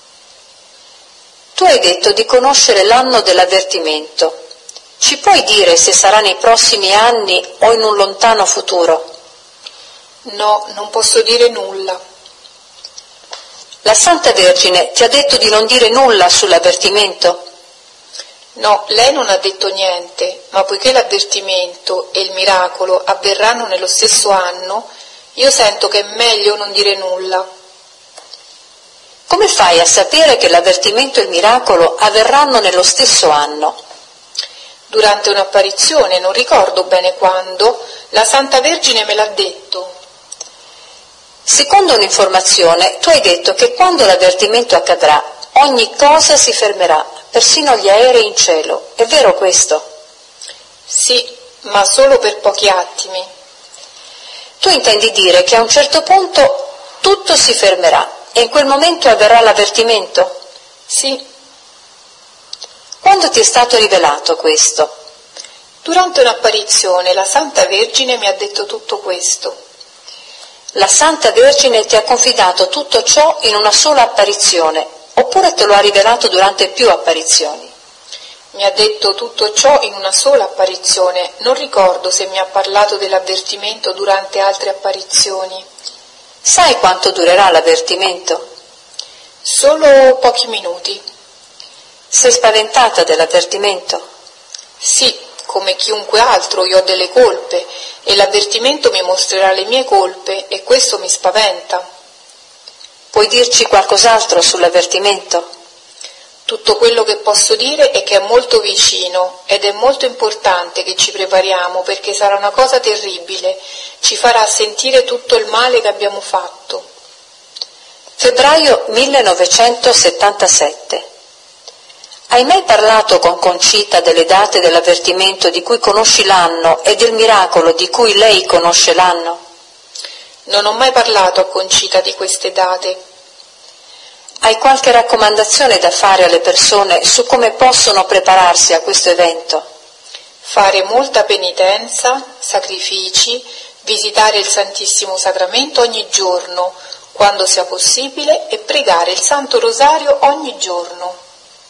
Tu hai detto di conoscere l'anno dell'avvertimento. Ci puoi dire se sarà nei prossimi anni o in un lontano futuro? No, non posso dire nulla. La Santa Vergine ti ha detto di non dire nulla sull'avvertimento? No, lei non ha detto niente, ma poiché l'avvertimento e il miracolo avverranno nello stesso anno, io sento che è meglio non dire nulla. Come fai a sapere che l'avvertimento e il miracolo avverranno nello stesso anno? Durante un'apparizione, non ricordo bene quando, la Santa Vergine me l'ha detto. Secondo un'informazione, tu hai detto che quando l'avvertimento accadrà, ogni cosa si fermerà, persino gli aerei in cielo. È vero questo? Sì, ma solo per pochi attimi. Tu intendi dire che a un certo punto tutto si fermerà e in quel momento avverrà l'avvertimento? Sì. Quando ti è stato rivelato questo? Durante un'apparizione la Santa Vergine mi ha detto tutto questo. La Santa Vergine ti ha confidato tutto ciò in una sola apparizione, oppure te lo ha rivelato durante più apparizioni? Mi ha detto tutto ciò in una sola apparizione, non ricordo se mi ha parlato dell'avvertimento durante altre apparizioni. Sai quanto durerà l'avvertimento? Solo pochi minuti. Sei spaventata dell'avvertimento? Sì, come chiunque altro io ho delle colpe e l'avvertimento mi mostrerà le mie colpe e questo mi spaventa. Puoi dirci qualcos'altro sull'avvertimento? Tutto quello che posso dire è che è molto vicino ed è molto importante che ci prepariamo perché sarà una cosa terribile, ci farà sentire tutto il male che abbiamo fatto. Febbraio 1977. Hai mai parlato con Concita delle date dell'avvertimento di cui conosci l'anno e del miracolo di cui lei conosce l'anno? Non ho mai parlato a Concita di queste date. Hai qualche raccomandazione da fare alle persone su come possono prepararsi a questo evento? Fare molta penitenza, sacrifici, visitare il Santissimo Sacramento ogni giorno, quando sia possibile, e pregare il Santo Rosario ogni giorno.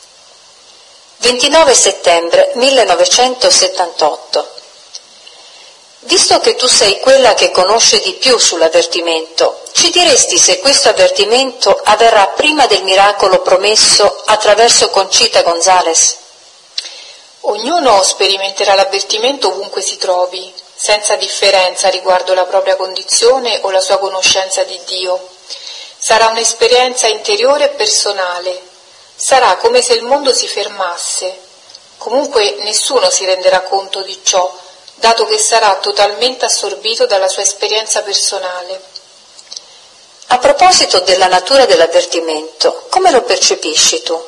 29 settembre 1978. Visto che tu sei quella che conosce di più sull'avvertimento, ci diresti se questo avvertimento avverrà prima del miracolo promesso attraverso Concita González? Ognuno sperimenterà l'avvertimento ovunque si trovi, senza differenza riguardo la propria condizione o la sua conoscenza di Dio. Sarà un'esperienza interiore e personale. Sarà come se il mondo si fermasse. Comunque nessuno si renderà conto di ciò, dato che sarà totalmente assorbito dalla sua esperienza personale. A proposito della natura dell'avvertimento, come lo percepisci tu?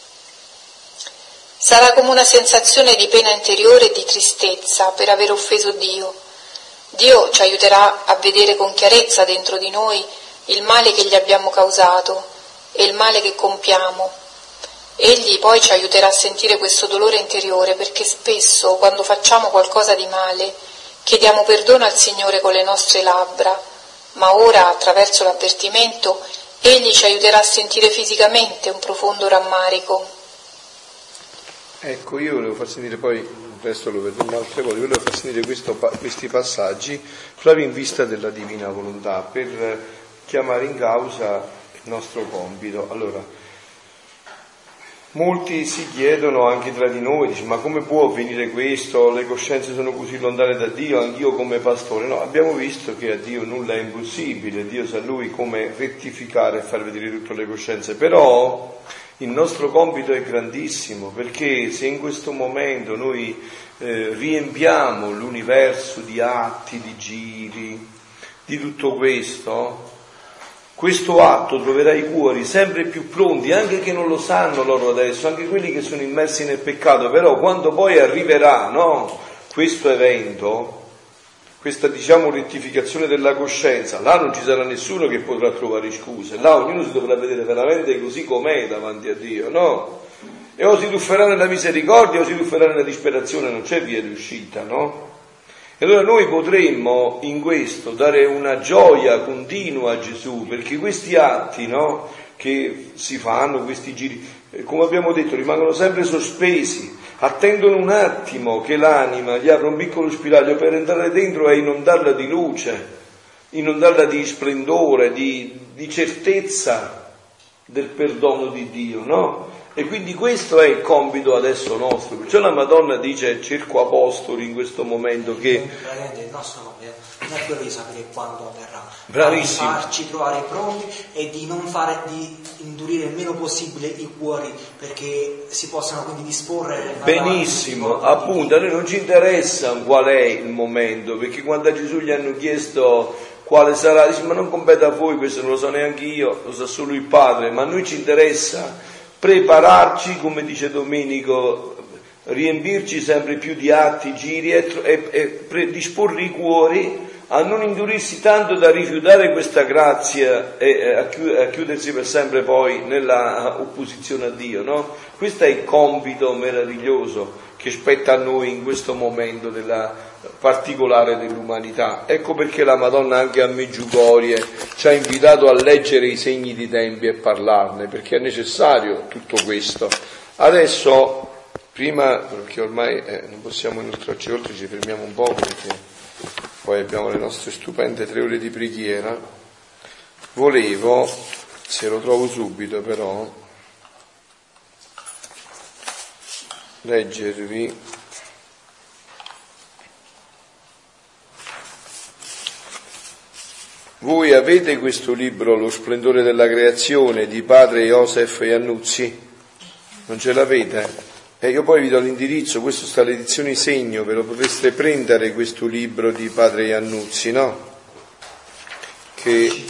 Sarà come una sensazione di pena interiore e di tristezza per aver offeso Dio. Dio ci aiuterà a vedere con chiarezza dentro di noi il male che gli abbiamo causato e il male che compiamo. Egli poi ci aiuterà a sentire questo dolore interiore perché spesso, quando facciamo qualcosa di male, chiediamo perdono al Signore con le nostre labbra, ma ora, attraverso l'avvertimento, Egli ci aiuterà a sentire fisicamente un profondo rammarico. Ecco, io volevo far sentire poi, il resto lo vedremo altre volte, volevo far sentire questi passaggi proprio in vista della Divina Volontà, per chiamare in causa il nostro compito. Allora, Molti si chiedono anche tra di noi, dice, ma come può avvenire questo? Le coscienze sono così lontane da Dio, anch'io come pastore. No, abbiamo visto che a Dio nulla è impossibile, Dio sa Lui come rettificare e far vedere tutte le coscienze, però il nostro compito è grandissimo, perché se in questo momento noi riempiamo l'universo di atti, di giri, di tutto questo atto troverà i cuori sempre più pronti, anche che non lo sanno loro adesso, anche quelli che sono immersi nel peccato, però quando poi arriverà, no, questo evento, questa rettificazione della coscienza, là non ci sarà nessuno che potrà trovare scuse, là ognuno si dovrà vedere veramente così com'è davanti a Dio, no? E o si tufferà nella misericordia o si tufferà nella disperazione, non c'è via d'uscita, no? E allora noi potremmo in questo dare una gioia continua a Gesù, perché questi atti, no, che si fanno, questi giri, come abbiamo detto, rimangono sempre sospesi, attendono un attimo che l'anima gli apra un piccolo spiraglio per entrare dentro e inondarla di luce, inondarla di splendore, di certezza del perdono di Dio, no? E quindi questo è il compito adesso nostro, perciò la Madonna dice cerco apostoli in questo momento che il nostro compito non è quello di sapere quando avverrà, bravissimo, ma di farci trovare pronti e di non fare, di indurire il meno possibile i cuori perché si possano quindi disporre benissimo, appunto. A noi non ci interessa qual è il momento, perché quando a Gesù gli hanno chiesto quale sarà, dice ma non compete a voi, questo non lo so neanche io, lo sa solo il Padre, ma a noi ci interessa prepararci, come dice Domenico, riempirci sempre più di atti, giri e disporre i cuori a non indurirsi tanto da rifiutare questa grazia e a chiudersi per sempre poi nella opposizione a Dio, no? Questo è il compito meraviglioso che spetta a noi in questo momento particolare dell'umanità. Ecco perché la Madonna anche a Meggiugorie ci ha invitato a leggere i segni di tempi e parlarne, perché è necessario tutto questo. Adesso, prima, perché ormai non possiamo inoltrarci oltre, ci fermiamo un po' perché poi abbiamo le nostre stupende 3 ore di preghiera. Volevo, se lo trovo subito però, leggervi voi avete questo libro, Lo splendore della creazione, di padre Joseph Iannuzzi? Non ce l'avete? Io poi vi do l'indirizzo, questo sta all'edizione Segno, ve lo potreste prendere questo libro di padre Iannuzzi, no? Che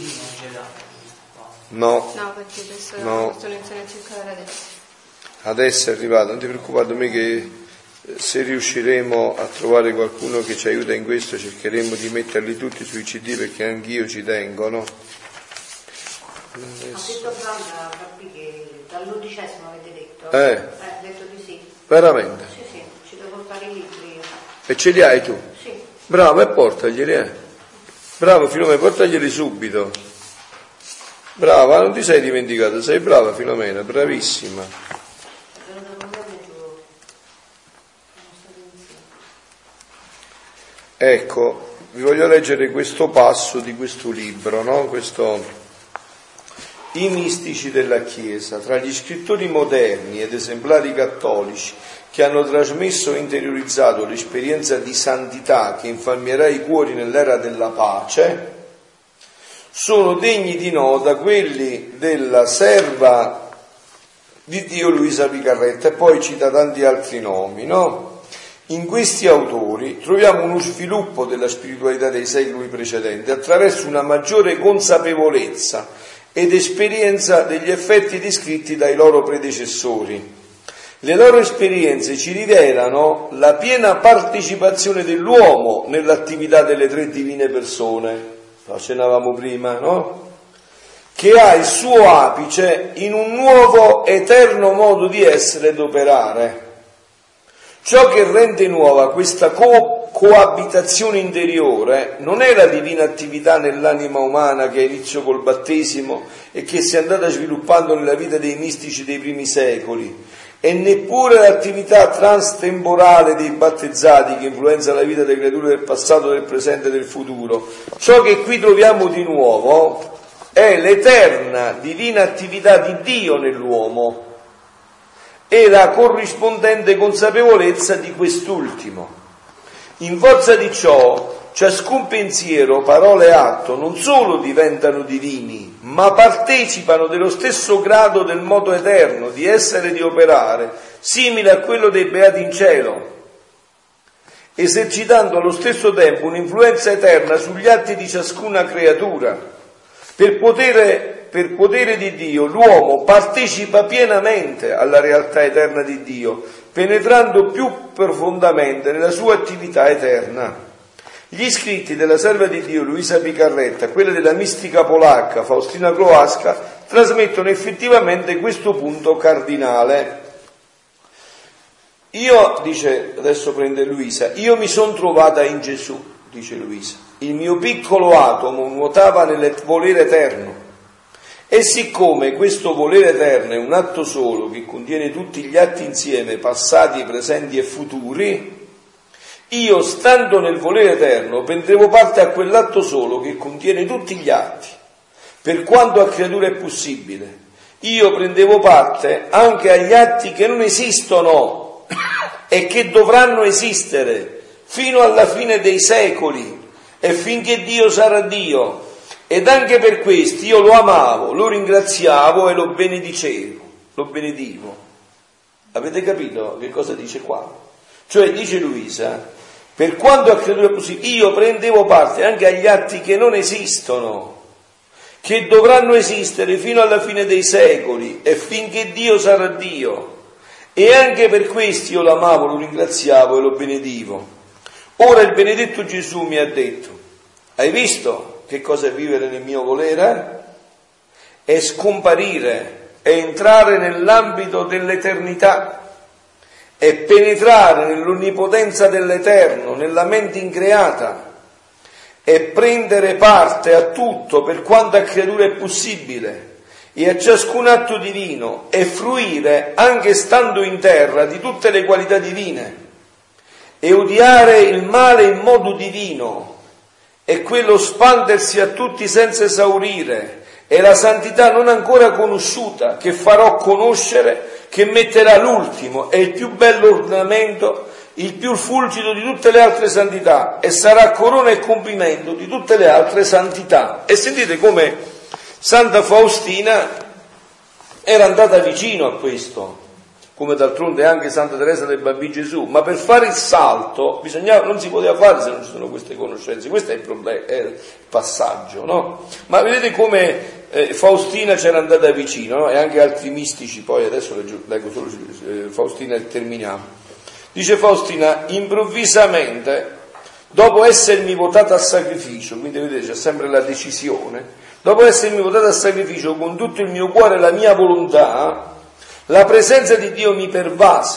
no, perché adesso no. sto iniziando a cercare Adesso è arrivato, non ti preoccupare me che se riusciremo a trovare qualcuno che ci aiuta in questo cercheremo di metterli tutti sui CD perché anch'io ci tengo, no? Ha detto Franca che dall'11° avete detto? Ha detto di sì. Veramente? Sì, ci devo portare i libri io. E ce li hai tu? Sì. Bravo, e portaglieli, Bravo Filomena, portaglieli subito. Brava, non ti sei dimenticata, sei brava Filomena, bravissima. Ecco, vi voglio leggere questo passo di questo libro, no? I mistici della Chiesa, tra gli scrittori moderni ed esemplari cattolici che hanno trasmesso e interiorizzato l'esperienza di santità che infiammerà i cuori nell'era della pace, sono degni di nota quelli della serva di Dio Luisa Picarretta, e poi cita tanti altri nomi, no? In questi autori troviamo uno sviluppo della spiritualità dei secoli precedenti attraverso una maggiore consapevolezza ed esperienza degli effetti descritti dai loro predecessori. Le loro esperienze ci rivelano la piena partecipazione dell'uomo nell'attività delle 3 divine persone, lo accennavamo prima, no? Che ha il suo apice in un nuovo eterno modo di essere ed operare. Ciò che rende nuova questa coabitazione interiore non è la divina attività nell'anima umana che inizia col battesimo e che si è andata sviluppando nella vita dei mistici dei primi secoli, e neppure l'attività transtemporale dei battezzati che influenza la vita delle creature del passato, del presente e del futuro. Ciò che qui troviamo di nuovo è l'eterna divina attività di Dio nell'uomo. e la corrispondente consapevolezza di quest'ultimo. In forza di ciò, ciascun pensiero, parola e atto non solo diventano divini, ma partecipano dello stesso grado del modo eterno di essere e di operare, simile a quello dei beati in cielo, esercitando allo stesso tempo un'influenza eterna sugli atti di ciascuna creatura. Per potere di Dio, l'uomo partecipa pienamente alla realtà eterna di Dio, penetrando più profondamente nella sua attività eterna. Gli scritti della serva di Dio Luisa Picarretta, quella della mistica polacca Faustina Kowalska, trasmettono effettivamente questo punto cardinale. Io, dice, adesso prende Luisa, io mi sono trovata in Gesù, dice Luisa. Il mio piccolo atomo nuotava nel volere eterno. E siccome questo volere eterno è un atto solo che contiene tutti gli atti insieme, passati, presenti e futuri, io, stando nel volere eterno, prendevo parte a quell'atto solo che contiene tutti gli atti, per quanto a creatura è possibile. Io prendevo parte anche agli atti che non esistono e che dovranno esistere fino alla fine dei secoli e finché Dio sarà Dio. Ed anche per questi io lo amavo, lo ringraziavo e lo benedivo. Avete capito che cosa dice qua? Cioè, dice Luisa, per quanto a creatura è possibile, io prendevo parte anche agli atti che non esistono, che dovranno esistere fino alla fine dei secoli e finché Dio sarà Dio. E anche per questi io lo amavo, lo ringraziavo e lo benedivo. Ora il benedetto Gesù mi ha detto, hai visto che cosa è vivere nel mio volere? È scomparire, è entrare nell'ambito dell'eternità, è penetrare nell'onnipotenza dell'Eterno, nella mente increata, è prendere parte a tutto per quanto a creatura è possibile e a ciascun atto divino, e fruire, anche stando in terra, di tutte le qualità divine, e odiare il male in modo divino, e quello spandersi a tutti senza esaurire, e la santità non ancora conosciuta, che farò conoscere, che metterà l'ultimo e il più bello ornamento, il più fulgido di tutte le altre santità, e sarà corona e compimento di tutte le altre santità. E sentite come Santa Faustina era andata vicino a questo, come d'altronde anche Santa Teresa del Bambino Gesù, ma per fare il salto non si poteva fare se non ci sono queste conoscenze. Questo è il problema, è il passaggio, no? Ma vedete come Faustina c'era andata vicino, no? E anche altri mistici, poi adesso leggo solo Faustina e terminiamo. Dice Faustina, improvvisamente, dopo essermi votata a sacrificio, quindi vedete c'è sempre la decisione, dopo essermi votata a sacrificio con tutto il mio cuore e la mia volontà, la presenza di Dio mi pervase.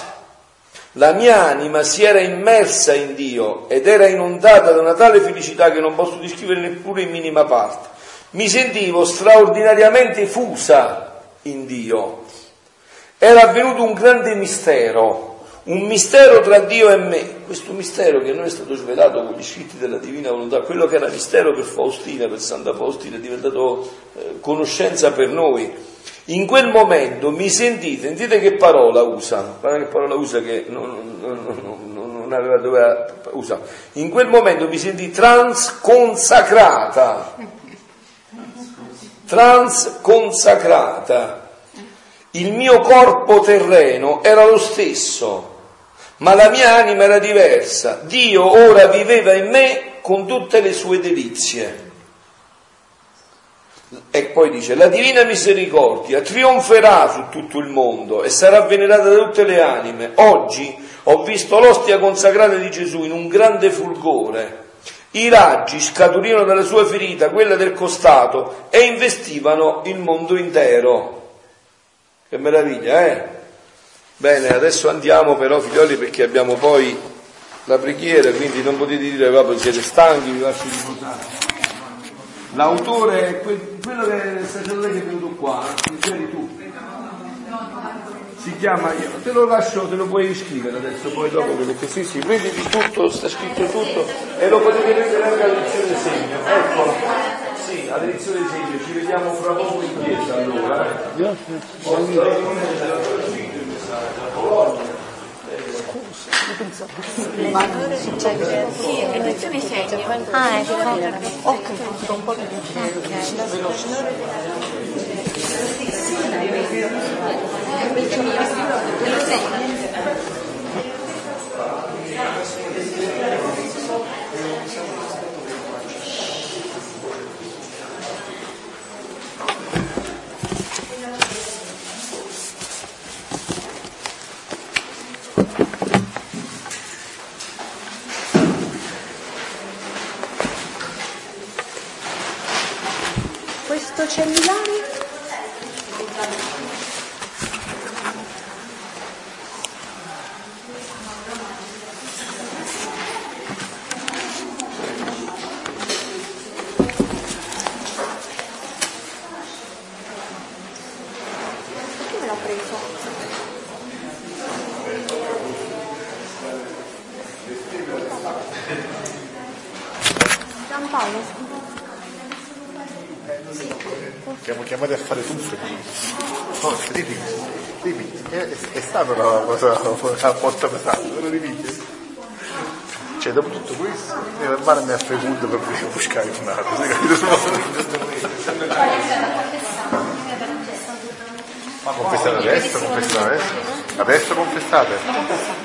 La mia anima si era immersa in Dio ed era inondata da una tale felicità che non posso descrivere neppure in minima parte. Mi sentivo straordinariamente fusa in Dio. Era avvenuto un grande mistero, un mistero tra Dio e me. Questo mistero che non è stato svelato con gli scritti della Divina Volontà, quello che era mistero per Faustina, per Santa Faustina, è diventato conoscenza per noi. In quel momento mi sentite che parola usa? Guarda che parola usa che non aveva dove usare. In quel momento mi sentì transconsacrata. Il mio corpo terreno era lo stesso, ma la mia anima era diversa. Dio ora viveva in me con tutte le sue delizie. E poi dice, la divina misericordia trionferà su tutto il mondo e sarà venerata da tutte le anime. Oggi ho visto l'ostia consacrata di Gesù in un grande fulgore. I raggi scaturirono dalla sua ferita, quella del costato, e investivano il mondo intero. Che meraviglia, eh? Bene, adesso andiamo però, figlioli, perché abbiamo poi la preghiera, quindi non potete dire, vabbè, siete stanchi, vi lascio riposare. L'autore è quello che è il sacerdote che è venuto qua, eri tu. Si chiama, te lo lascio, te lo puoi scrivere adesso, poi dopo, perché sì, prenditi tutto, sta scritto tutto, e lo potete prendere anche alla lezione segno. Eccolo, sì, alla lezione segno, ci vediamo fra poco in chiesa allora. Edizione segno. Ah, ecco. Ho capito un po' di questo cellulare? Perché me l'ho preso? Giampaolo, Siamo chiamati a fare tutto. No, dimmi, è stata una cosa a porta pesante, ve lo ripeti? Cioè, dopo tutto questo, per mare mi ha fecundo per buscare un altro, sai capito? Ma confessate adesso? Adesso confessate?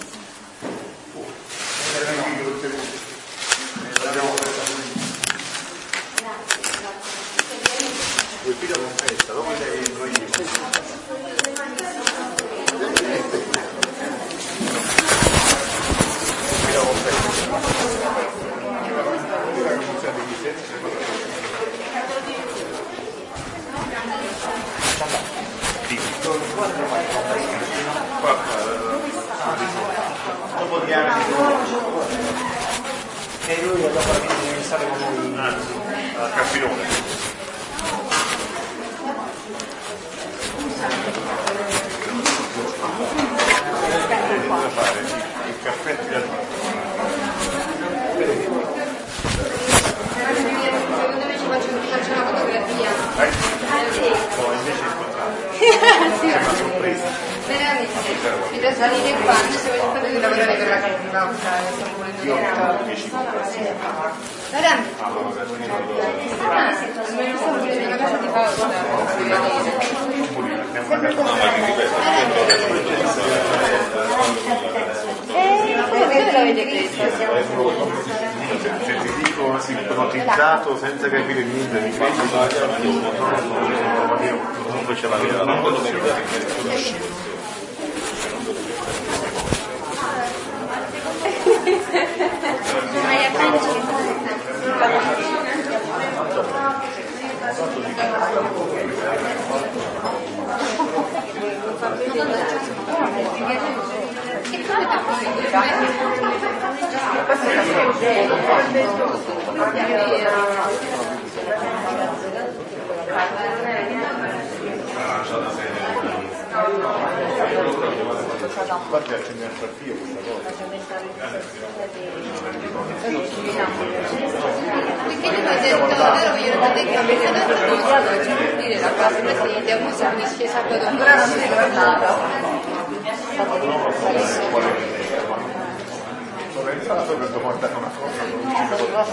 Il figlio confessa, dopo lei entro io. Dopo di anni e lui dopo la fine stare con noi al campinone. Il caffè Secondo me ci faccio una fotografia. invece il contrario. Sì, È una sorpresa. veramente. Mi da salire qua, adesso vedo quello di lavorare per la causa, sto volendo dire. 10 compressioni. Veramente? Mi stavo volendo una casa di pausa. Come l'avete preso? Se ti dico ipnotizzato senza capire niente, mi credi? Non ce l'aveva la Infatti accende al partito questa cosa. Perché io ho detto, allora voglio andare in camminata per dire la casa presente, a Musa mi si è sabato ancora non si è tornata. Sono entrato per domandare una cosa, non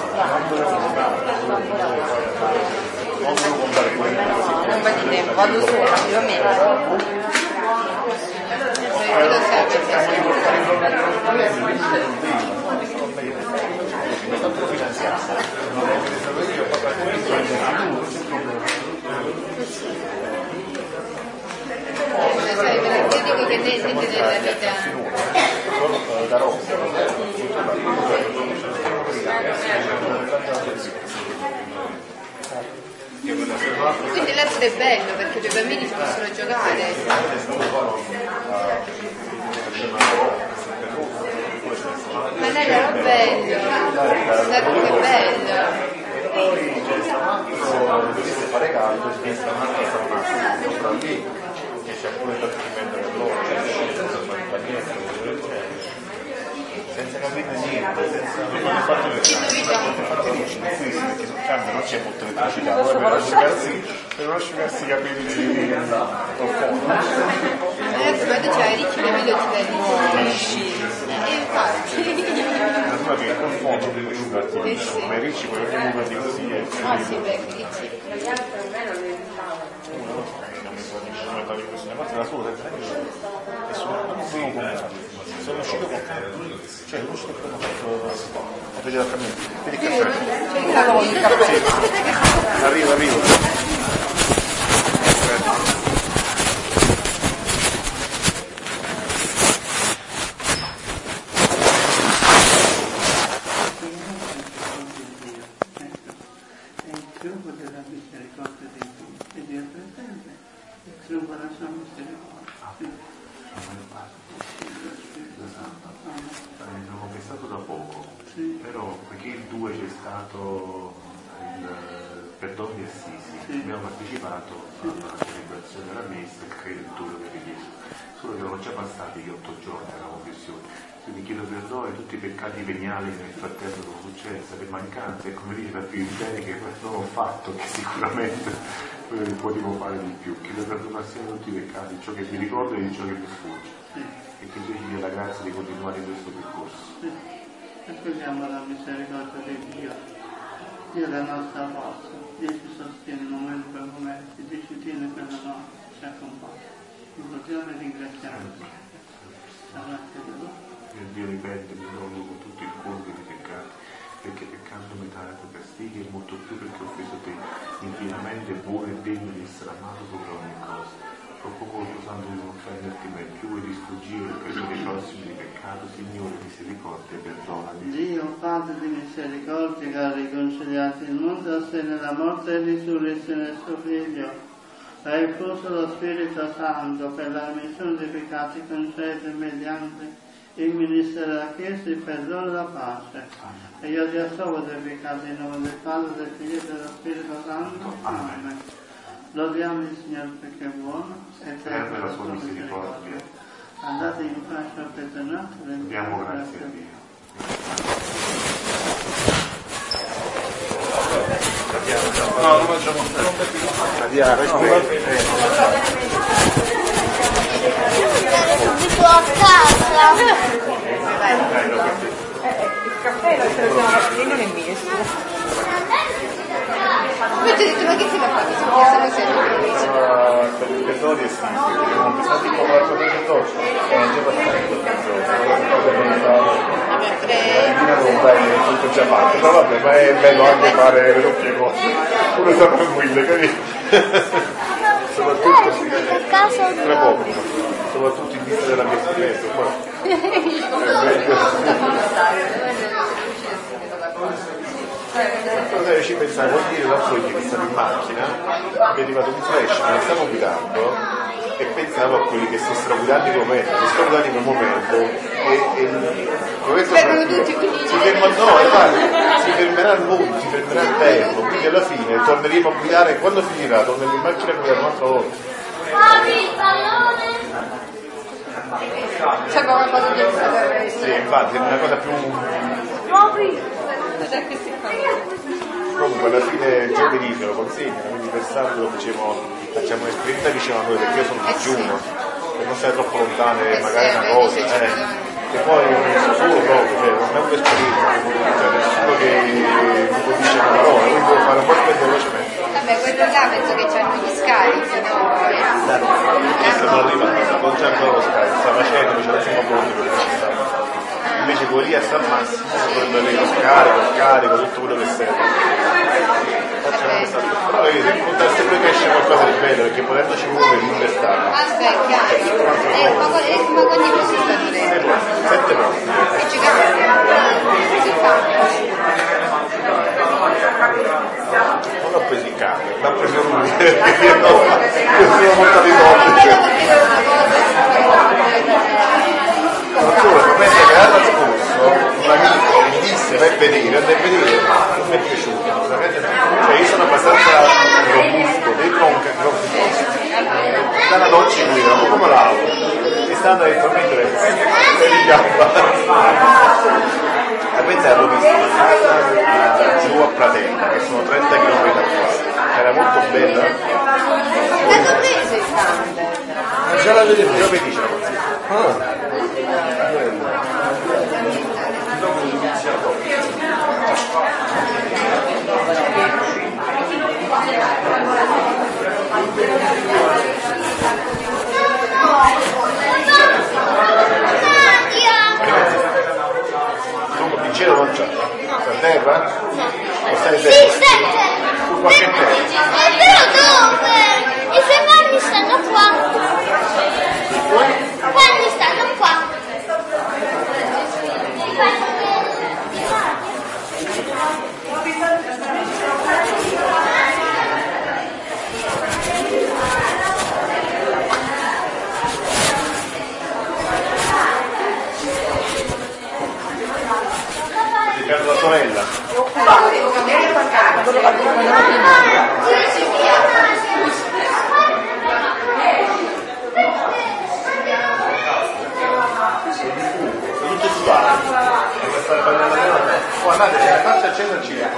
devo comprare quello. Non va di tempo, vado sola, più o meno. Sai, me la dico che lei sente della vita. Quindi l'altro è bello perché i bambini ci possono giocare. Ma lei era bello, la ruga è bella. Dovesse fare caldo, si pensa un'altra lì, che c'è pure il battimento per loro, senza fare niente, senza capire niente, senza non fate dici, perché sul cambio non c'è molta elettricità, poi per non asciugarsi i capelli profondo. Adesso quando c'è Ricci, mio amico ti vedi. Infatti. Ma che confondo devo asciugarti, ma i Ricci poi ogni muoverli così è. Ah sì, beh, Ricci. Una volta da solo senza e sono uscito con cioè sono uscito con ho preso la camminata vedi che arrivo L'ho pensato da poco, però perché il 2 c'è stato il perdono di Assisi, abbiamo partecipato alla celebrazione della messa, il credo il 2 per richiesto, solo che erano già passati gli 8 giorni dalla confessione, quindi chiedo perdono di tutti i peccati veniali che nel frattempo sono successi, le mancanze, e come dice la più bene che questo non ho fatto, che sicuramente potevo fare di più, chiedo perdonazione di tutti i peccati, ciò che mi ricordo e di ciò che mi sfugge. E che Gesù ci dia la grazia di continuare in questo percorso. E preghiamo la misericordia di Dio. Dio è la nostra forza, Dio ci sostiene momento per momento, Dio ci tiene per la notte, ci accompagna. Lo dobbiamo ringraziare. E Dio ripete, mi trovo con tutto il colpo dei peccati, perché peccando metà tu castighi e molto più perché ho offeso te, infinitamente buono e degno di essere amato sopra ogni cosa. Troppo colpo santo di non offenderti mai più e di sfuggire per i prossimi di peccato, Signore misericordia, perdonami. Dio, Padre di misericordia, che ha riconciliato il mondo a sé nella morte e risurrezione del suo Figlio, ha effuso lo Spirito Santo per la remissione dei peccati, concede mediante il ministero della Chiesa il perdono e la pace. E io ti assolvo dei peccati in nome del Padre, del Figlio e dello Spirito Santo. Amen. Lodiamo il Signore perché è buono e serve la sua misericordia. Andate in pace perdonate. Diamo grazie a Dio. No, non facciamo andiamo, Subito a casa. Il caffè lo preso non è mio. Poi ti ho detto, ma che ti va a fare? Si chiama sempre per il perdono di Assisi, perché siamo stati in collaborazione con il sacerdote e non c'è passato tutto già fatto, però vabbè, ma è bello anche fare le doppie cose, uno sta tranquillo, capito? Soprattutto tra poco, soprattutto in vista della mia esperienza, Però ci pensavo, vuol dire l'altro ieri che stavo in macchina, mi è arrivato un flash, me la stavo guidando e pensavo a quelli che si stanno guidando in momento, che sto guidando in un momento si fermerà il mondo, si fermerà il tempo, quindi alla fine torneremo a guidare, quando finirà torneremo in macchina a guidare un'altra volta. c'è qualcosa di più. Sì, infatti è una cosa più. Comunque alla fine giovedì me lo consegnano, quindi per sabato lo facciamo un'esperienza vicino a noi perché io sono a digiuno, per non stare troppo lontane magari una cosa, che poi solo proprio, cioè non è un'esperienza, cioè nessuno che non può dire una parola, quindi devo fare un po' più velocemente. Vabbè, quello là penso che c'hanno gli scarichi, no? Sono arrivato, non c'è ancora lo scarico, sta facendo, c'è la prima pronta per passare. Invece quelli a San Massimo dovrebbe avere lo scarico, tutto quello che serve. Facciamo questa cosa. Però vedi, sempre cresce qualcosa di bello, perché potendoci muovere in libertà. Aspetta, ma quanti posti stanno dentro? 7 posti. E ci si fa? Non ho preso il cane, l'ha preso lui, perché io sono montato in non solo, penso che l'anno scorso un amico mi disse vai a vedere, non mi è piaciuto, cioè io sono abbastanza robusto, dentro un dalla doccia in guida, un po' come l'auto, e stando eventualmente le gamba. bella? Già la vedevo. Già vedi c'è la mozzina. Tu in cielo non c'è? Per terra? No. O stai Sì, sette. Su qualche terra? Però dove? I suoi panni stanno qua. Quando stanno qua? Per la sorella. Tutto sudato. Guardate, se la faccia accesa al cinema.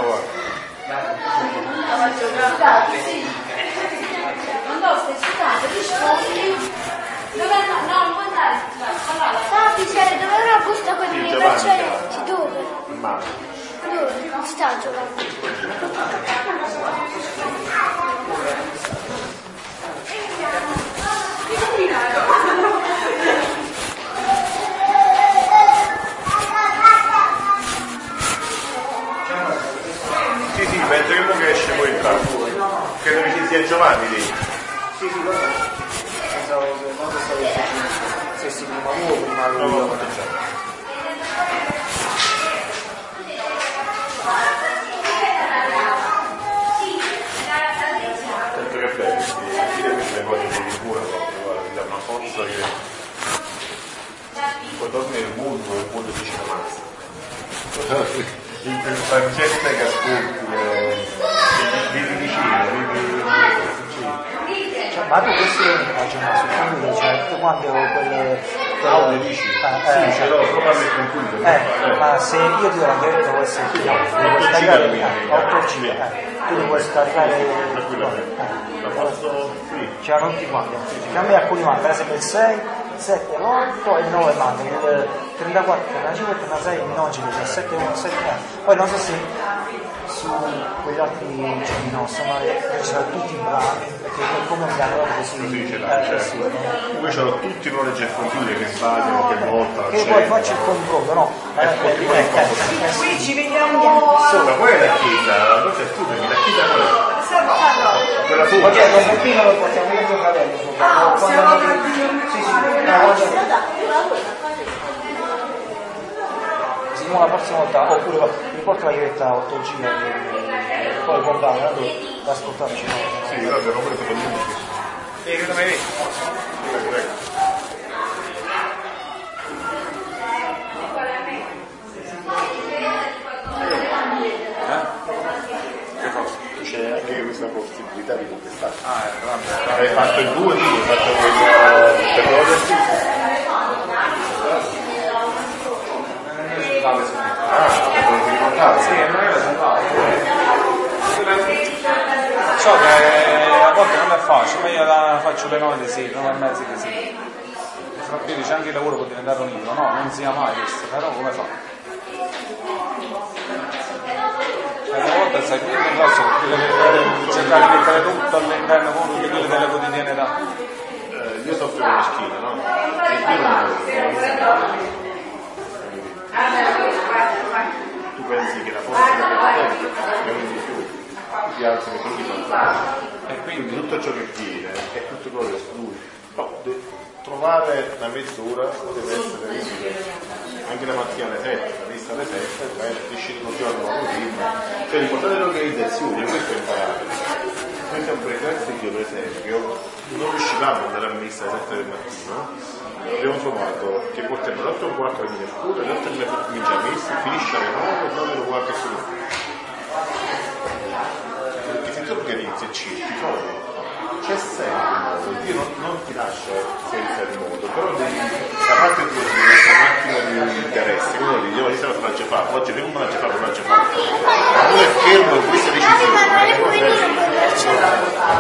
Dove era la busta con i braccialetti? Dove? Ma Dove? Sta giocando. sì, penso che non esce poi il tratto. Credo che ci sia Giovanni lì. Sì, guarda. Pensavo che non so se si prima lui o prima lui. Tanto che bello, dire queste cose di cura, mi dà una forza che poi torna il mondo dice la mazza. Il Francesca che ascolti, vivi vicino, Ma tu questi immagini sul computer, cioè tu quando quelle le dici? Sì, ce l'ho, però parli con computer. ma se io ti do la diretta può essere no, devo scaricare 8G, tu li puoi scaricare c'è tutti quanti, a me alcuni mancano, per esempio il 6, 7, l'8 e il 9 mancano, il 34, il 35, il 36, il 9, il 17, il 7, poi non so se su quegli altri giochi no, sono registrati tutti i brani, perché come abbiamo così poi ce l'ho tutti i knowledge al computer che sbagliano, che voltano, che poi faccio il controllo, no? Qui ci vediamo sopra, qual è la chiesa? La cosa è scusami, la chiesa qual è? Quella sopra. Perché con Peppino lo portiamo io e mio fratello sopra. Sì, la prossima volta, oppure mi porto la diretta 8G e poi comprare da ascoltarci. Sì, però abbiamo pure per il mondo. Che non mi vedi? C'è anche questa possibilità di contestare. Vabbè. Hai fatto il 2, hai fatto per l'ora Sì, non era so che a volte non è facile, ma io la faccio le 9 di sera, 9 e mezza di sera. Fra più dice anche il lavoro può diventare un libro, no, non sia mai questo, però come fa? Una volta sai più di grosso perché cercare di mettere tutto all'interno con tutte quelle delle quotidianità. Io soffro una schina, no? E qui tu pensi che la forza del tempo è un di più, ti alzi le quindi e quindi tutto ciò che viene è tutto quello che lui. Trovare la mezz'ora deve essere anche la mattina alle 7, la messa alle 7, esci tutto il giorno con cioè l'importante è l'organizzazione, questo è imparato. Noi siamo precari, io per esempio non riuscivamo ad andare a messa alle 7 del mattino, abbiamo trovato che portiamo alle 8 e un quarto alla mia scuola, alle 8 e mezza comincia a messa, finisce alle 9 e 9 e un quarto e sono perché se tu organizzi e cerchi poi c'è sempre un modo, Dio non ti lascia senza il modo, però devi, a parte tu devi essere un attimo di interesse, uno dice io stasera faccio fare, oggi vengo ma faccio fare, ma uno è fermo in questa decisione,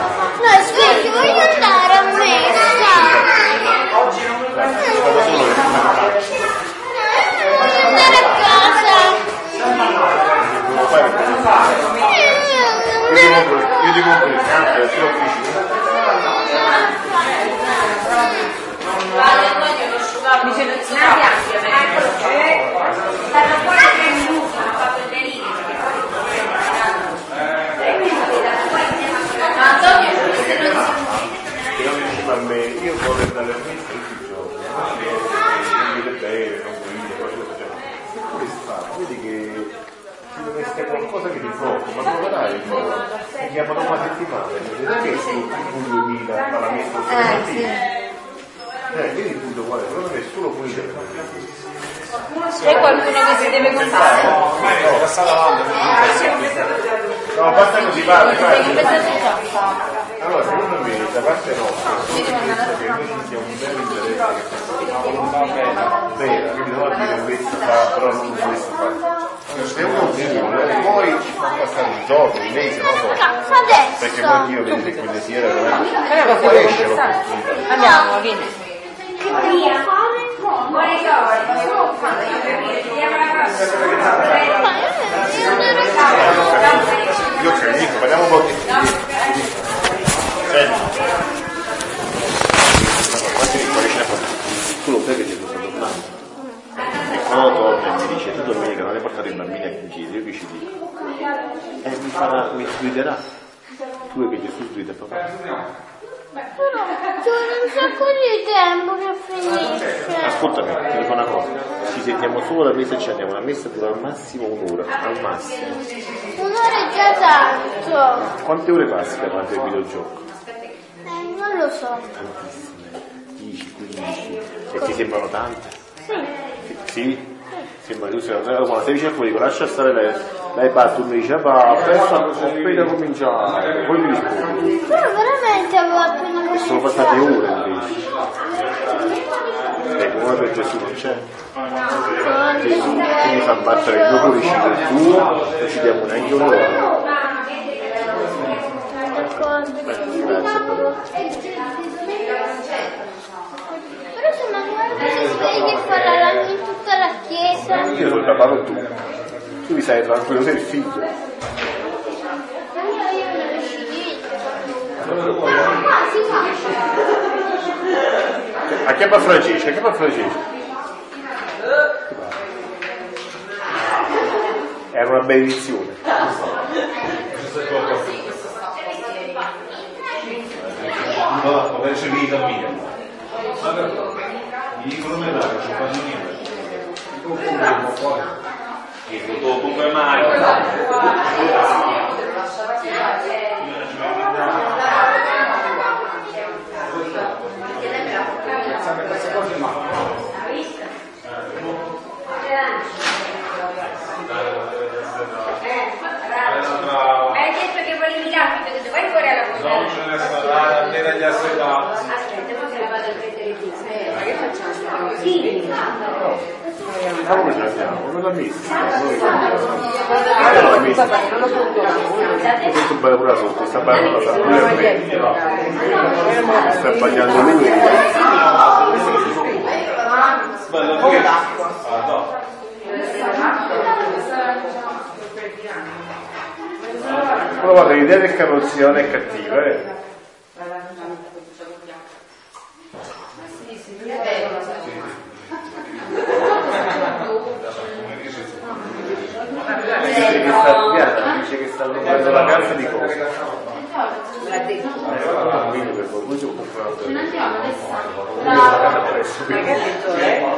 Io vorrei andare a messa tutti i giorni, non dire bene, non guida, vedi che ci deve essere qualcosa che ti fuoco, ma troverai il modo. Mi chiamano una settimana, perché un 2000 alla messa vedi il punto qual è? Secondo me è solo pulire. C'è qualcuno che si deve comprare? No, passa davanti. No, basta così, vai. Allora, secondo me, da parte nostra, che noi sentiamo un bel interesse che vera, quindi non va dire questo fa, però non questo fa. Se uno vuole, poi ci fa passare un giorno, un mese, non so. Perché poi io vedo che quelle sere veramente poi esce l'opportunità. Andiamo, vieni. Io che dico, parliamo un po' di tu lo sai che Gesù sta tornando e quando torna mi dice tu domenica non hai portato i bambini a chiesa, io che ci dico mi sgriderà tu che Gesù sgrida papà. Però c'è un sacco di tempo che finisce. Ascoltami, ti dico una cosa, ci sentiamo solo la messa e ci andiamo, la messa dura al massimo un'ora, al massimo. Un'ora è già tanto. Quante ore passi davanti al videogioco? Non lo so. Tantissime, 10, 15, e ti sembrano tante? Sì? Sembra che tu sei quando sei vicino a quello, dico lascia stare l'iPad, tu mi dici pensa appena cominciare, poi mi rispondi. Però veramente avevo appena E sono passate ore invece. Ecco, come per Gesù non c'è. Gesù che mi fa battere il tuo cuoricino, il tuo, non ci diamo neanche un'ora. Grazie però se Manuel si sveglia e fa la lagna in tutta la chiesa. Io sono il papà non tu. Tu mi sai tranquillo, sei il figlio. Io non riuscirei. Si fa. A chiama Francesca, chiama Francesca. Era una benedizione. No, adesso lì cammina. Mi dicono me non faccio niente. Dico, come mai? Hai detto che volevi capire, vai fuori alla cosa. Non ce ne sarà, appena gli assetati. Aspetta, poi se la vado a prendere tu. Ma che facciamo? Sì. Ma come ce l'abbiamo? Non l'ha messa. Questo bello pure sotto, sta ballando sta sbagliando lui. Provate, l'idea del carrozzone è cattiva, Dice che sta vendendo la casa di cosa? L'ha detto. Non andiamo la casa presso. Ma che ha detto lei?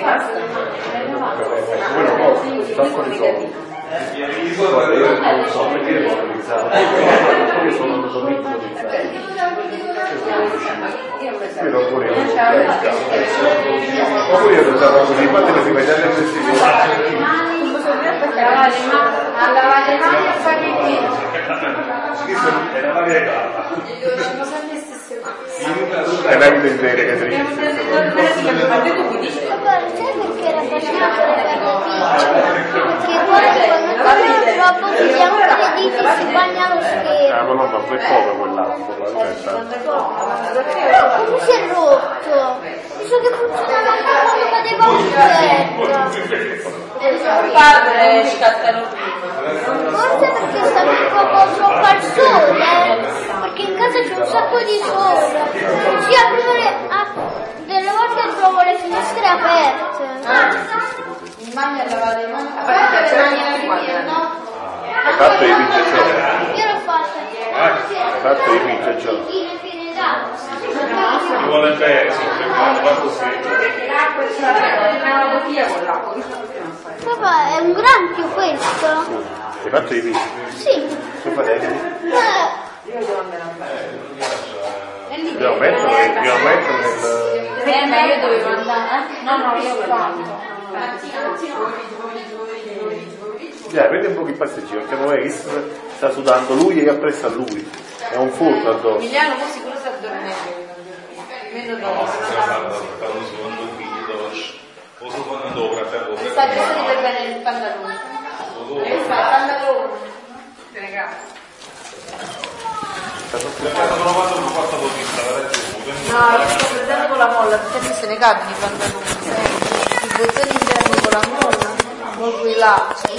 Quello no, un sacco di soldi. Io non so perché devo utilizzare. Io sono andato lì per utilizzare. Io non volevo oppure io pensavo così, infatti mi si vedeva il vestito. A lavare le mani e fare il vino. Era la vietata. È la vedere che sei. Allora, sai perché era facile perché poi quando torna troppo si siamo crediti si bagna lo schermo. Ma non è poco quell'altro, Però come si è rotto? Visto che funzionava anche quando cadeva un oggetto. Il padre scattano prima. Forse perché stava un po' troppo al sole, perché sacco di sole. Sì, delle volte trovo le finestre aperte. In bagno a lavare le mani. No? Hai fatto i pizza ciò? Io l'ho fatta. Hai fatto i pizza ciò? Ci vuole bene, va così. Papà, è un granchio questo? Hai fatto i pizza? Sì. Che fate? Io metto nel... ma io dovevo andare, No, io ho fatto. Vedi un po' che passeggio, perché non è che sta sudando lui e io appresso a lui. È un furto addosso. Emiliano poi sicuro sta dormendo. Meno sta prendendo per bene il pantalone. Il pantalone. No, io sto prendendo con la molla, perché se ne cadono i pantaloni. I bottoni interni con la molla, non qui là.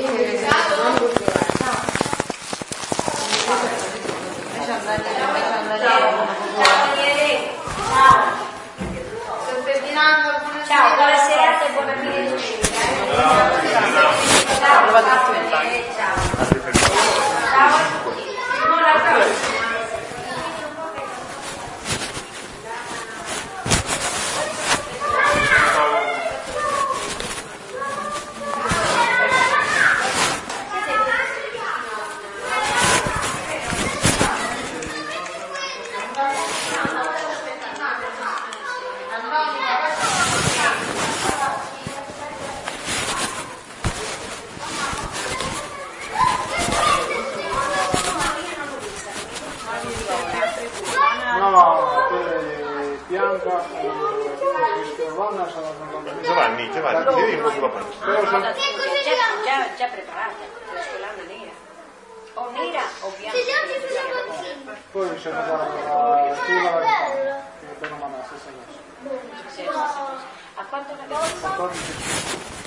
Ciao, buona serata e buona fine di Giovanni, vieni un po' sulla parte. Già preparata, la scolana nera. O nera o bianca. Poi c'è una cosa sulla che per una stessa cosa. A quanto la